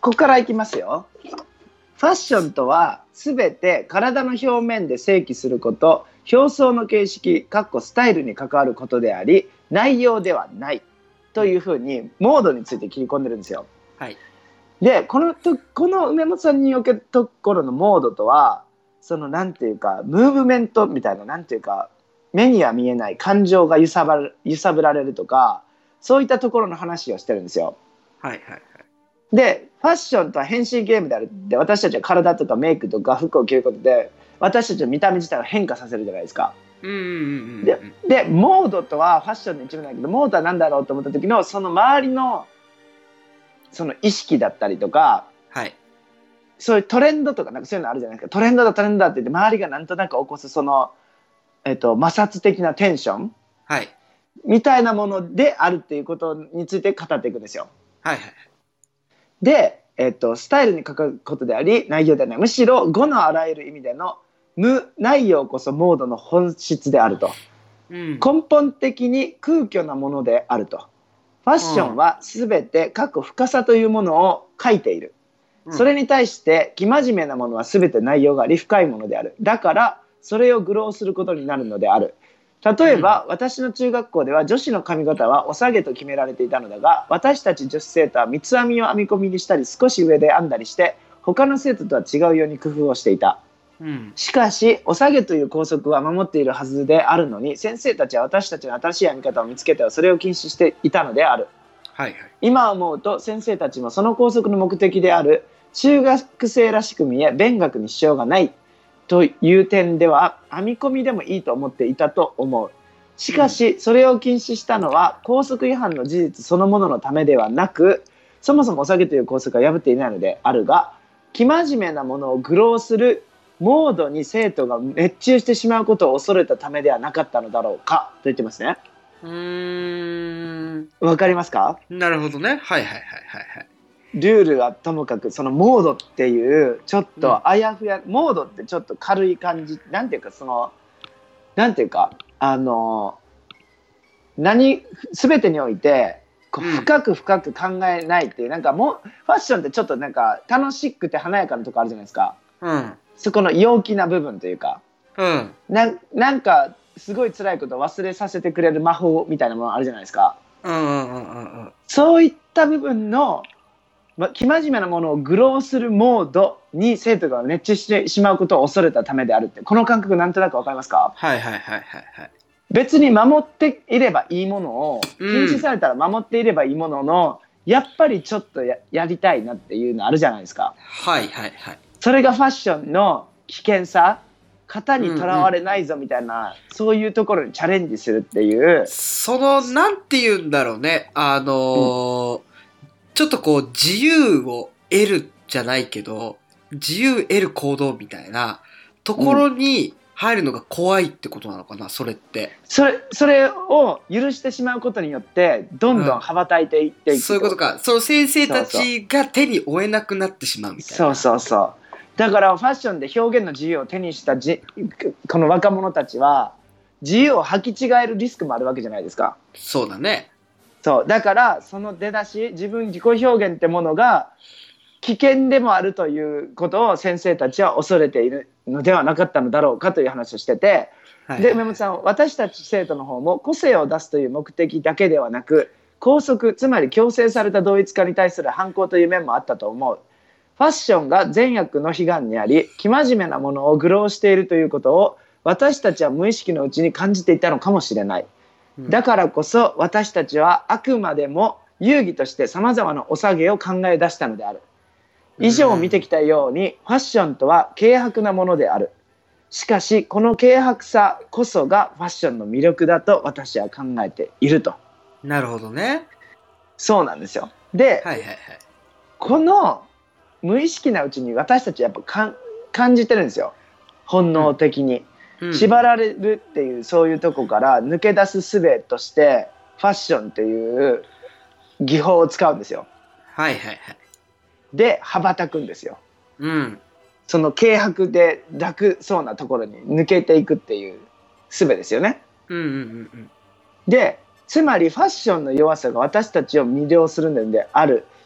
ここからいきますよ。ファッションとはすべて体の表面で正規すること、表層の形式かっこスタイルに関わることであり、内容ではないというふうにモードについて切り込んでるんですよ。 はい。 でこのとこの梅本さんにおけるところのモードとは、そのなんていうかムーブメントみたいな、なんていうか目には見えない感情が揺さばる揺さぶられるとか、そういったところの話をしてるんですよ。 はいはいはい。 でファッションとは変身ゲームであるって、私たちは体とかメイクとか服を着ることで私たちの見た目自体を変化させるじゃないですか。 うんうんうんうん、 で, でモードとはファッションの一部なんだけど、モードは何だろうと思った時のその周りのその意識だったりとか、 はい、 そういうトレンドとか、なんかそういうのあるじゃないですか。トレンドだトレンドだって言って周りがなんとなく起こすその、えっと、摩擦的なテンション、 はい、 みたいなものであるっていうことについて語っていくんですよ。 はいはい。 で、えっと、スタイルに関わることであり内容ではない、むしろ語のあらゆる意味での無内容こそモードの本質であると、うん、根本的に空虚なものであると。ファッションは全て過去深さというものを書いている、うん、それに対して生真面目なものは全て内容があり深いものである。だからそれを愚弄することになるのである。例えば、うん、私の中学校では女子の髪型はお下げと決められていたのだが、私たち女子生徒は三つ編みを編み込みにしたり少し上で編んだりして他の生徒とは違うように工夫をしていた。うん、しかしお下げという校則は守っているはずであるのに、先生たちは私たちの新しい編み方を見つけてはそれを禁止していたのである、はいはい、今思うと先生たちもその校則の目的である中学生らしく見え勉学に支障がないという点では編み込みでもいいと思っていたと思う。しかしそれを禁止したのは校則違反の事実そのもののためではなく、そもそもお下げという校則は破っていないのであるが、生真面目なものを愚弄するモードに生徒が熱中してしまうことを恐れたためではなかったのだろうかと言ってますね。うーん、わかりますか？ なるほどね。はいはいはいはいはい。 ルールはともかくそのモードっていうちょっとあやふや、うん、モードってちょっと軽い感じ、なんていうかそのなんていうかあの何全てにおいてこう深く深く考えないっていう、うん、なんかもうファッションってちょっとなんか楽しくて華やかなとこあるじゃないですか。うん、そこの陽気な部分というか、うん、な, なんかすごい辛いことを忘れさせてくれる魔法みたいなものあるじゃないですか。うんうんうんうん、そういった部分の、ま、生真面目なものを愚弄するモードに生徒が熱中してしまうことを恐れたためであるって、この感覚なんとなくわかりますか？ はいはいはいはいはい。 別に守っていればいいものを、禁止されたら守っていればいいものの、うん、やっぱりちょっと や, やりたいなっていうのあるじゃないですか。 はいはいはい。 それがファッションの危険さ、型にとらわれないぞみたいな、うんうん、そういうところにチャレンジするっていう、 そのなんて言うんだろうね、あのーうん、ちょっとこう自由を得るじゃないけど自由得る行動みたいなところに入るのが怖いってことなのかな、それって。 それ、それを許してしまうことによってどんどん羽ばたいていっていく、うん、 そういうことか。その先生たちが手に負えなくなってしまうみたいな。 そうそうそう。だからファッションで表現の自由を手にしたじこの若者たちは自由を履き違えるリスクもあるわけじゃないですか。 そうだね。 そうだからその出だし、自分自己表現ってものが危険でもあるということを先生たちは恐れているのではなかったのだろうかという話をしてて、はいはい、で梅本さん、私たち生徒の方も個性を出すという目的だけではなく校則、つまり強制された同一化に対する反抗という面もあったと思う。ファッションが善悪の彼岸にあり生真面目なものを愚弄しているということを私たちは無意識のうちに感じていたのかもしれない、うん、だからこそ私たちはあくまでも遊戯としてさまざまなお下げを考え出したのである。以上見てきたようにファッションとは軽薄なものである。しかしこの軽薄さこそがファッションの魅力だと私は考えていると。 なるほどね。 そうなんですよ。で、はいはいはい、この無意識なうちに私たちはやっぱか感じてるんですよ、本能的に、うん、縛られるっていうそういうとこから抜け出す術としてファッションっていう技法を使うんですよ。はいはいはい。で羽ばたくんですよ、うん、その軽薄で楽そうなところに抜けていくっていう術ですよね、うんうんうんうん、でつまりファッションの弱さが私たちを魅了するのである。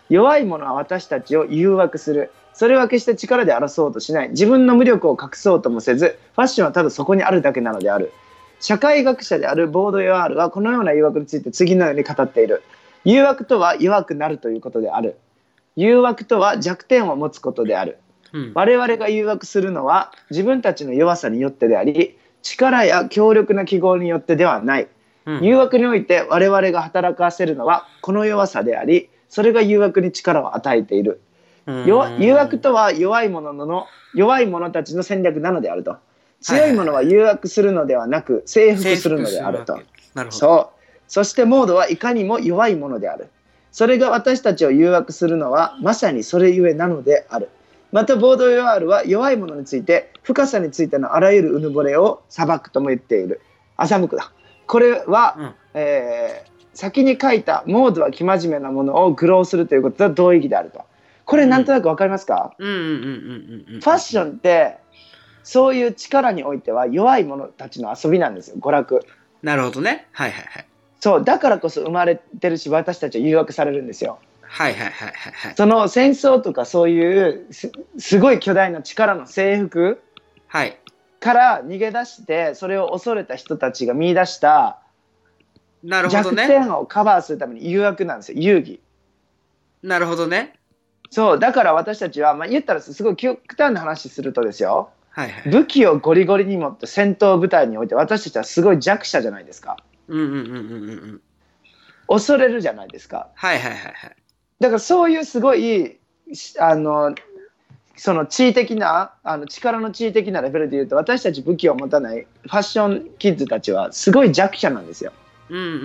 弱い者は私たちを誘惑する。それは決して力で争おうとしない。自分の無力を隠そうともせず、ファッションはただそこにあるだけなのである。社会学者であるボードヨアールはこのような誘惑について次のように語っている。誘惑とは弱くなるということである。誘惑とは弱点を持つことである。うん、我々が誘惑するのは自分たちの弱さによってであり、力や強力な記号によってではない。うん、誘惑において我々が働かせるのはこの弱さであり、それが誘惑に力を与えている。誘惑とは弱い者の弱い者たちの戦略なのであると。強い者は誘惑するのではなく征服するのであると。 なるほど。 そう。そしてモードはいかにも弱いものである。それが私たちを誘惑するのはまさにそれゆえなのである。またボードヨアールは弱い者について深さについてのあらゆるうぬぼれを裁くとも言っている。欺くだ。これは、うんえー、先に書いたモードは生真面目なものを愚弄するということと同意義であると。これなんとなくわかりますか？ファッションってそういう力においては弱い者たちの遊びなんですよ。娯楽。 なるほどね。はいはいはい。 そうだからこそ生まれてるし、私たちは誘惑されるんですよ。 はいはいはいはい。 その戦争とかそういう す, すごい巨大な力の征服から逃げ出してそれを恐れた人たちが見出した弱点をカバーするために誘惑なんですよ。遊戯。 なるほどね。 そうだから私たちは、まあ、言ったらすごい極端な話するとですよ、 はいはい、 武器をゴリゴリに持って戦闘部隊において私たちはすごい弱者じゃないですか。 うんうんうんうんうん恐れるじゃないですか。 はいはいはいはい。 だからそういうすごいあのその地位的なあの力の地位的なレベルでいうと私たち武器を持たないファッションキッズたちはすごい弱者なんですよ。 うんうんうんうん、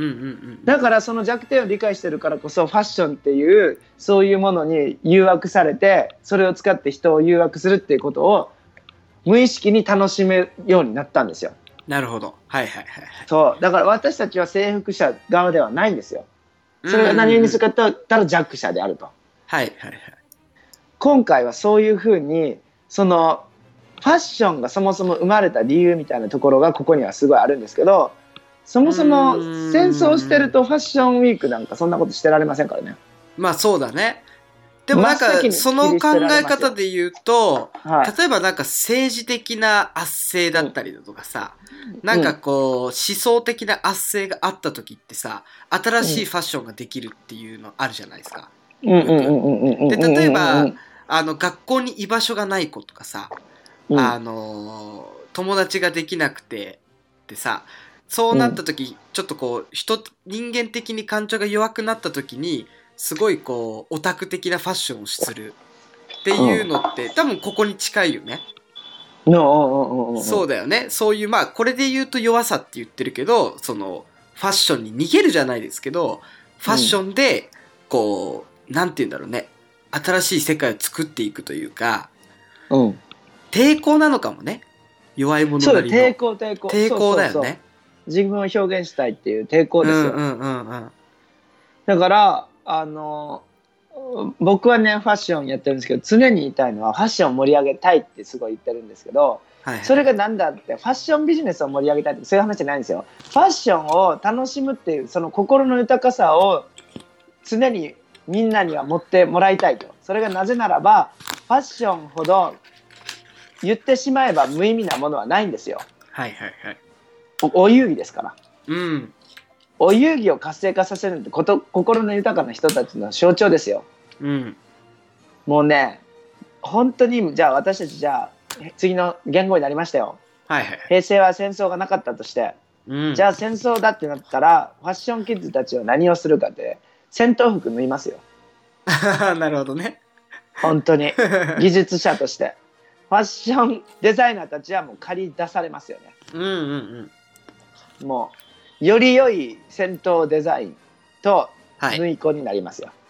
だからその弱点を理解してるからこそファッションっていうそういうものに誘惑されてそれを使って人を誘惑するっていうことを無意識に楽しめるようになったんですよ。 なるほど。はいはいはい。 そうだから私たちは征服者側ではないんですよ。それが何にするかと言ったら弱者であると。 はいはいはい。 今回はそういうふうにそのファッションがそもそも生まれた理由みたいなところがここにはすごいあるんですけど、そもそも戦争してるとファッションウィークなんかそんなことしてられませんからね。 まあそうだね。でもなんかその考え方で言うと、はい、例えばなんか政治的な圧政だったりだとかさ、うん、なんかこう思想的な圧政があった時ってさ、新しいファッションができるっていうのあるじゃないですか。で例えばあの学校に居場所がない子とかさ、うん、あの友達ができなくてってさ、そうなった時、うん、ちょっとこう人人間的に感情が弱くなった時にすごいこうオタク的なファッションをするっていうのって、うん、多分ここに近いよね。そうだよね。そういうまあこれで言うと弱さって言ってるけど、そのファッションに逃げるじゃないですけど、ファッションでこう、うん、なんて言うんだろうね、新しい世界を作っていくというか、うん、抵抗なのかもね。弱い者なりの抵抗抵抗抵抗だよね。そうそうそう、 自分を表現したいっていう抵抗ですよ。うんうんうんうん、だからあの僕はねファッションやってるんですけど、常に言いたいのはファッションを盛り上げたいってすごい言ってるんですけど、はいはい、それがなんだってファッションビジネスを盛り上げたいってそういう話じゃないんですよ。ファッションを楽しむっていうその心の豊かさを常にみんなには持ってもらいたいと。それがなぜならばファッションほど言ってしまえば無意味なものはないんですよ。 はいはいはい。 お, お遊戯ですから、 うん、 お遊戯を活性化させるってこと心の豊かな人たちの象徴ですよ、 うん、 もうね本当にじゃあ私たちじゃあ次の言語になりましたよ、 はいはい、 平成は戦争がなかったとして、うん、じゃあ戦争だってなったらファッションキッズたちは何をするかって戦闘服縫いますよなるほどね、 本当に技術者としてファッションデザイナーたちはもう借り出されますよね。 うんうんうん、もうより良い戦闘デザインと縫い子になりますよ、はい、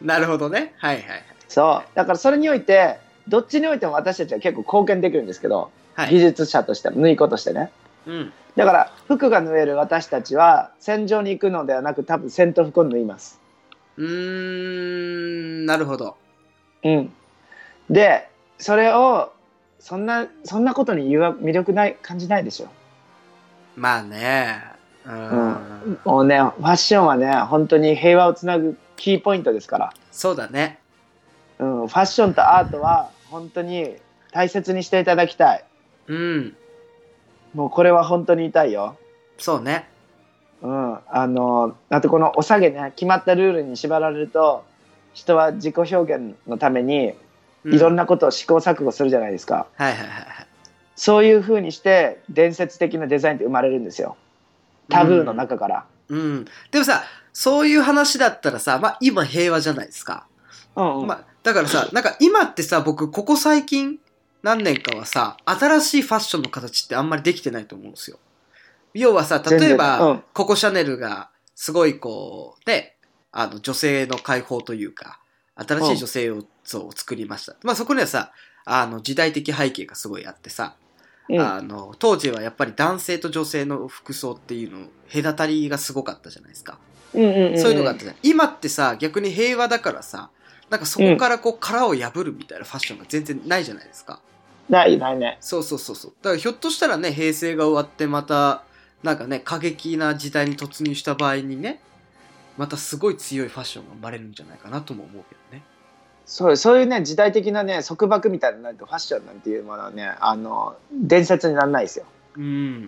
なるほどね、はいはいはい、 そうだからそれにおいてどっちにおいても私たちは結構貢献できるんですけど、はい、技術者として縫い子としてね、うん、だから服が縫える私たちは戦場に行くのではなく多分戦闘服を縫います。 うーん、なるほど、 うん、でそれをそんなそんなことに魅力ない感じないでしょ。 まあね、 うん、うん、もうねファッションはね本当に平和をつなぐキーポイントですから。 そうだね。 うん、ファッションとアートは本当に大切にしていただきたい。 うん。 もうこれは本当に言いたいよ。 そうね。 うん、あのあとこのお下げね、決まったルールに縛られると人は自己表現のためにいろんなことを試行錯誤するじゃないですか、 うん、はいはいはいはい。 そういう風にして伝説的なデザインって生まれるんですよ、タブーの中から。 うん、うん、でもさ、そういう話だったらさ、まあ今平和じゃないですか。うんうん、まあだからさ、なんか今ってさ、僕ここ最近何年かはさ、新しいファッションの形ってあんまりできてないと思うんですよ。要はさ、例えば、うん、ココシャネルがすごいこうね、あの女性の解放というか新しい女性像を作りました、うん、まあそこにはさ、あの時代的背景がすごいあってさ、うん、あの当時はやっぱり男性と女性の服装っていうの隔たりがすごかったじゃないですか、うんうんうんうん、そういうのがあったじゃん。今ってさ、逆に平和だからさ、なんかそこからこう殻を破るみたいなファッションが全然ないじゃないですか。 ないないね。 そうそうそうそう。だからひょっとしたらね、平成が終わってまたなんかね、過激な時代に突入した場合にね、またすごい強いファッションが生まれるんじゃないかなとも思うけどね。 そう、そういうね、時代的なね、束縛みたいなないとファッションなんていうものはね、あの伝説にならないですよ。うん、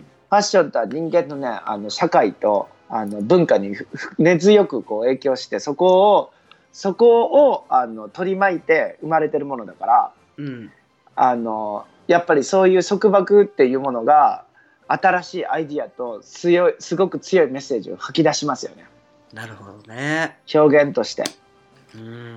ファッションとは人間のね、あの社会とあの文化に根強くこう影響して、そこをそこをあの取り巻いて生まれてるものだから、うん、あのやっぱりそういう束縛っていうものが新しいアイディアと強い、すごく強いメッセージを吐き出しますよね。 なるほどね。 表現として。うん、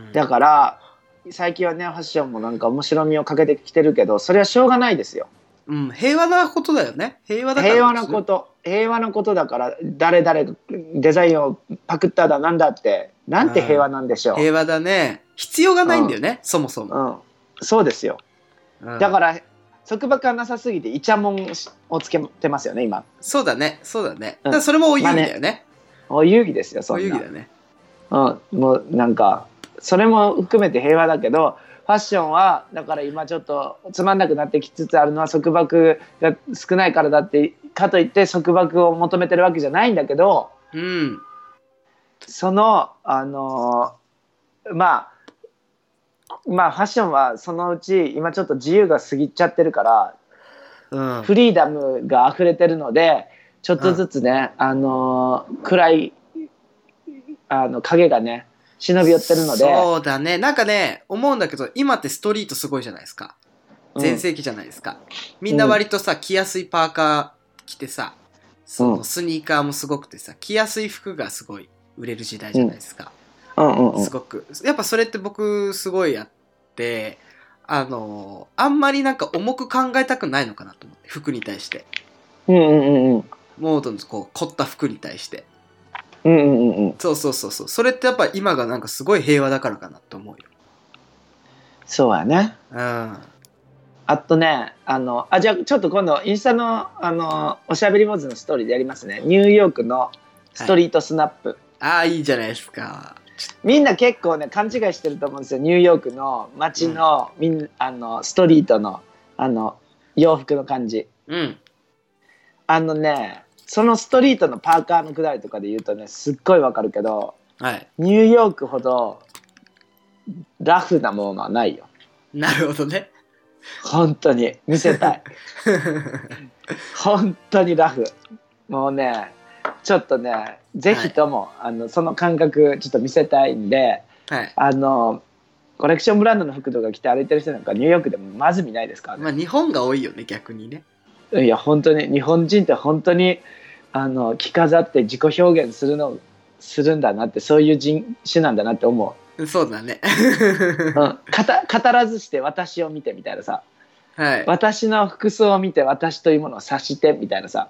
だから最近はね、ファッションもなんか面白みをかけてきてるけど、それはしょうがないですよ。 うん、平和なことだよね。平和だから。 平和なこと、平和なことだから、誰々デザインをパクっただなんだって、なんて平和なんでしょう。 平和だね。必要がないんだよね、うん、そもそも。 うん、そうですよ。うん、だから束縛がなさすぎてイチャモンをつけてますよね今。 そうだね、そうだね。だからそれもお遊戯だよね。 まあ、ね、お遊戯ですよ、そんな。 お遊戯だね。 うん、もうなんかそれも含めて平和だけど、ファッションはだから今ちょっとつまんなくなってきつつあるのは束縛が少ないからだってかといって束縛を求めてるわけじゃないんだけど、うん、そのあのー、まあまあファッションはそのうち今ちょっと自由が過ぎちゃってるから、うん、フリーダムが溢れてるのでちょっとずつね、うん、あのー、暗いあの影がね忍び寄ってるので。 そうだね。なんかね、思うんだけど、今ってストリートすごいじゃないですか。全盛期じゃないですか。うん、みんな割とさ、着やすいパーカー着てさ、そのスニーカーもすごくてさ、着やすい服がすごい売れる時代じゃないですか。うんうんうん、すごく。やっぱそれって僕すごいあって、あの、あんまりなんか重く考えたくないのかなと思って、服に対して。うんうんうんうん。モードのこう凝った服に対して。うんうんうんうん、そうそうそうそう。それってやっぱ今がなんかすごい平和だからかなと思うよ。 そうやね。うん。あとね、あのあじゃあちょっと今度インスタのあのおしゃべり坊主のストーリーでやりますね。ニューヨークのストリートスナップ。はい、 ああいいじゃないですか。 みんな結構ね勘違いしてると思うんですよ。ニューヨークの街の、うん、みんあのストリートのあの洋服の感じ。うん。あのね。そのストリートのパーカーのくだりとかで言うとねすっごいわかるけど、はい、ニューヨークほどラフなものはないよ。 なるほどね。 本当に見せたい本当にラフ。もうねちょっとねぜひとも、はい、あのその感覚ちょっと見せたいんで、はい、あのコレクションブランドの服とか着て歩いてる人なんかニューヨークでもまず見ないですからね。 まあ日本が多いよね逆にね。 いや本当に日本人って本当にあの着飾って自己表現するのするんだなって、そういう人種なんだなって思う。そうだね、 うん、語, 語らずして私を見てみたいなさ、はい、私の服装を見て私というものを察してみたいなさ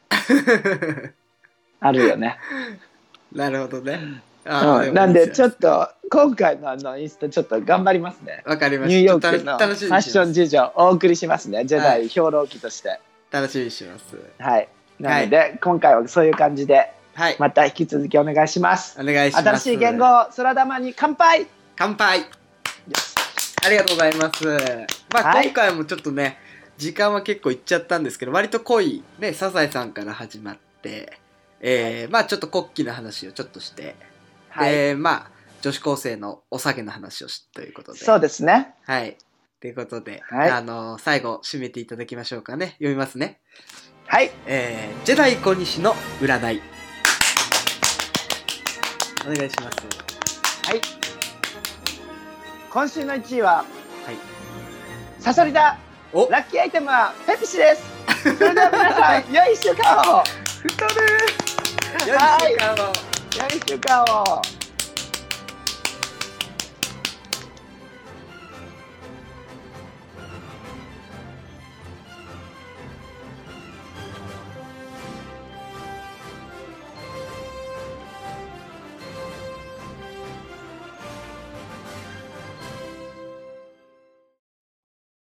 あるよね。 なるほどね。 あ、うん、なんでちょっと今回のあのインスタちょっと頑張りますね。 わかりました。 ニューヨークのファッション事情をお送りしますね。ジェダイ評論記として、はい、 楽しみにします。 はい。なので、はい、今回はそういう感じで、はい、また引き続きお願いします。 お願いします。 新しい言語空玉に乾杯。 乾杯。ありがとうございます。まあ、はい、今回もちょっとね時間は結構いっちゃったんですけど、割と濃いねサザエさんから始まって、えー、まあちょっと国旗の話をちょっとして、はい、でまあ女子高生のお酒の話をしということで。 そうですね。 はい。ということで、 はい、 あのー、最後、締めていただきましょうかね。読みますね。 はい。 えー、ジェダイ小西の占い。お願いします。 はい。今週のいちいは、 はい。 サソリだ。 おラッキーアイテムはペプシです。それでは皆さん、良いいっしゅうかんを。 太る。良いいっしゅうかんを。 良いいっしゅうかんを。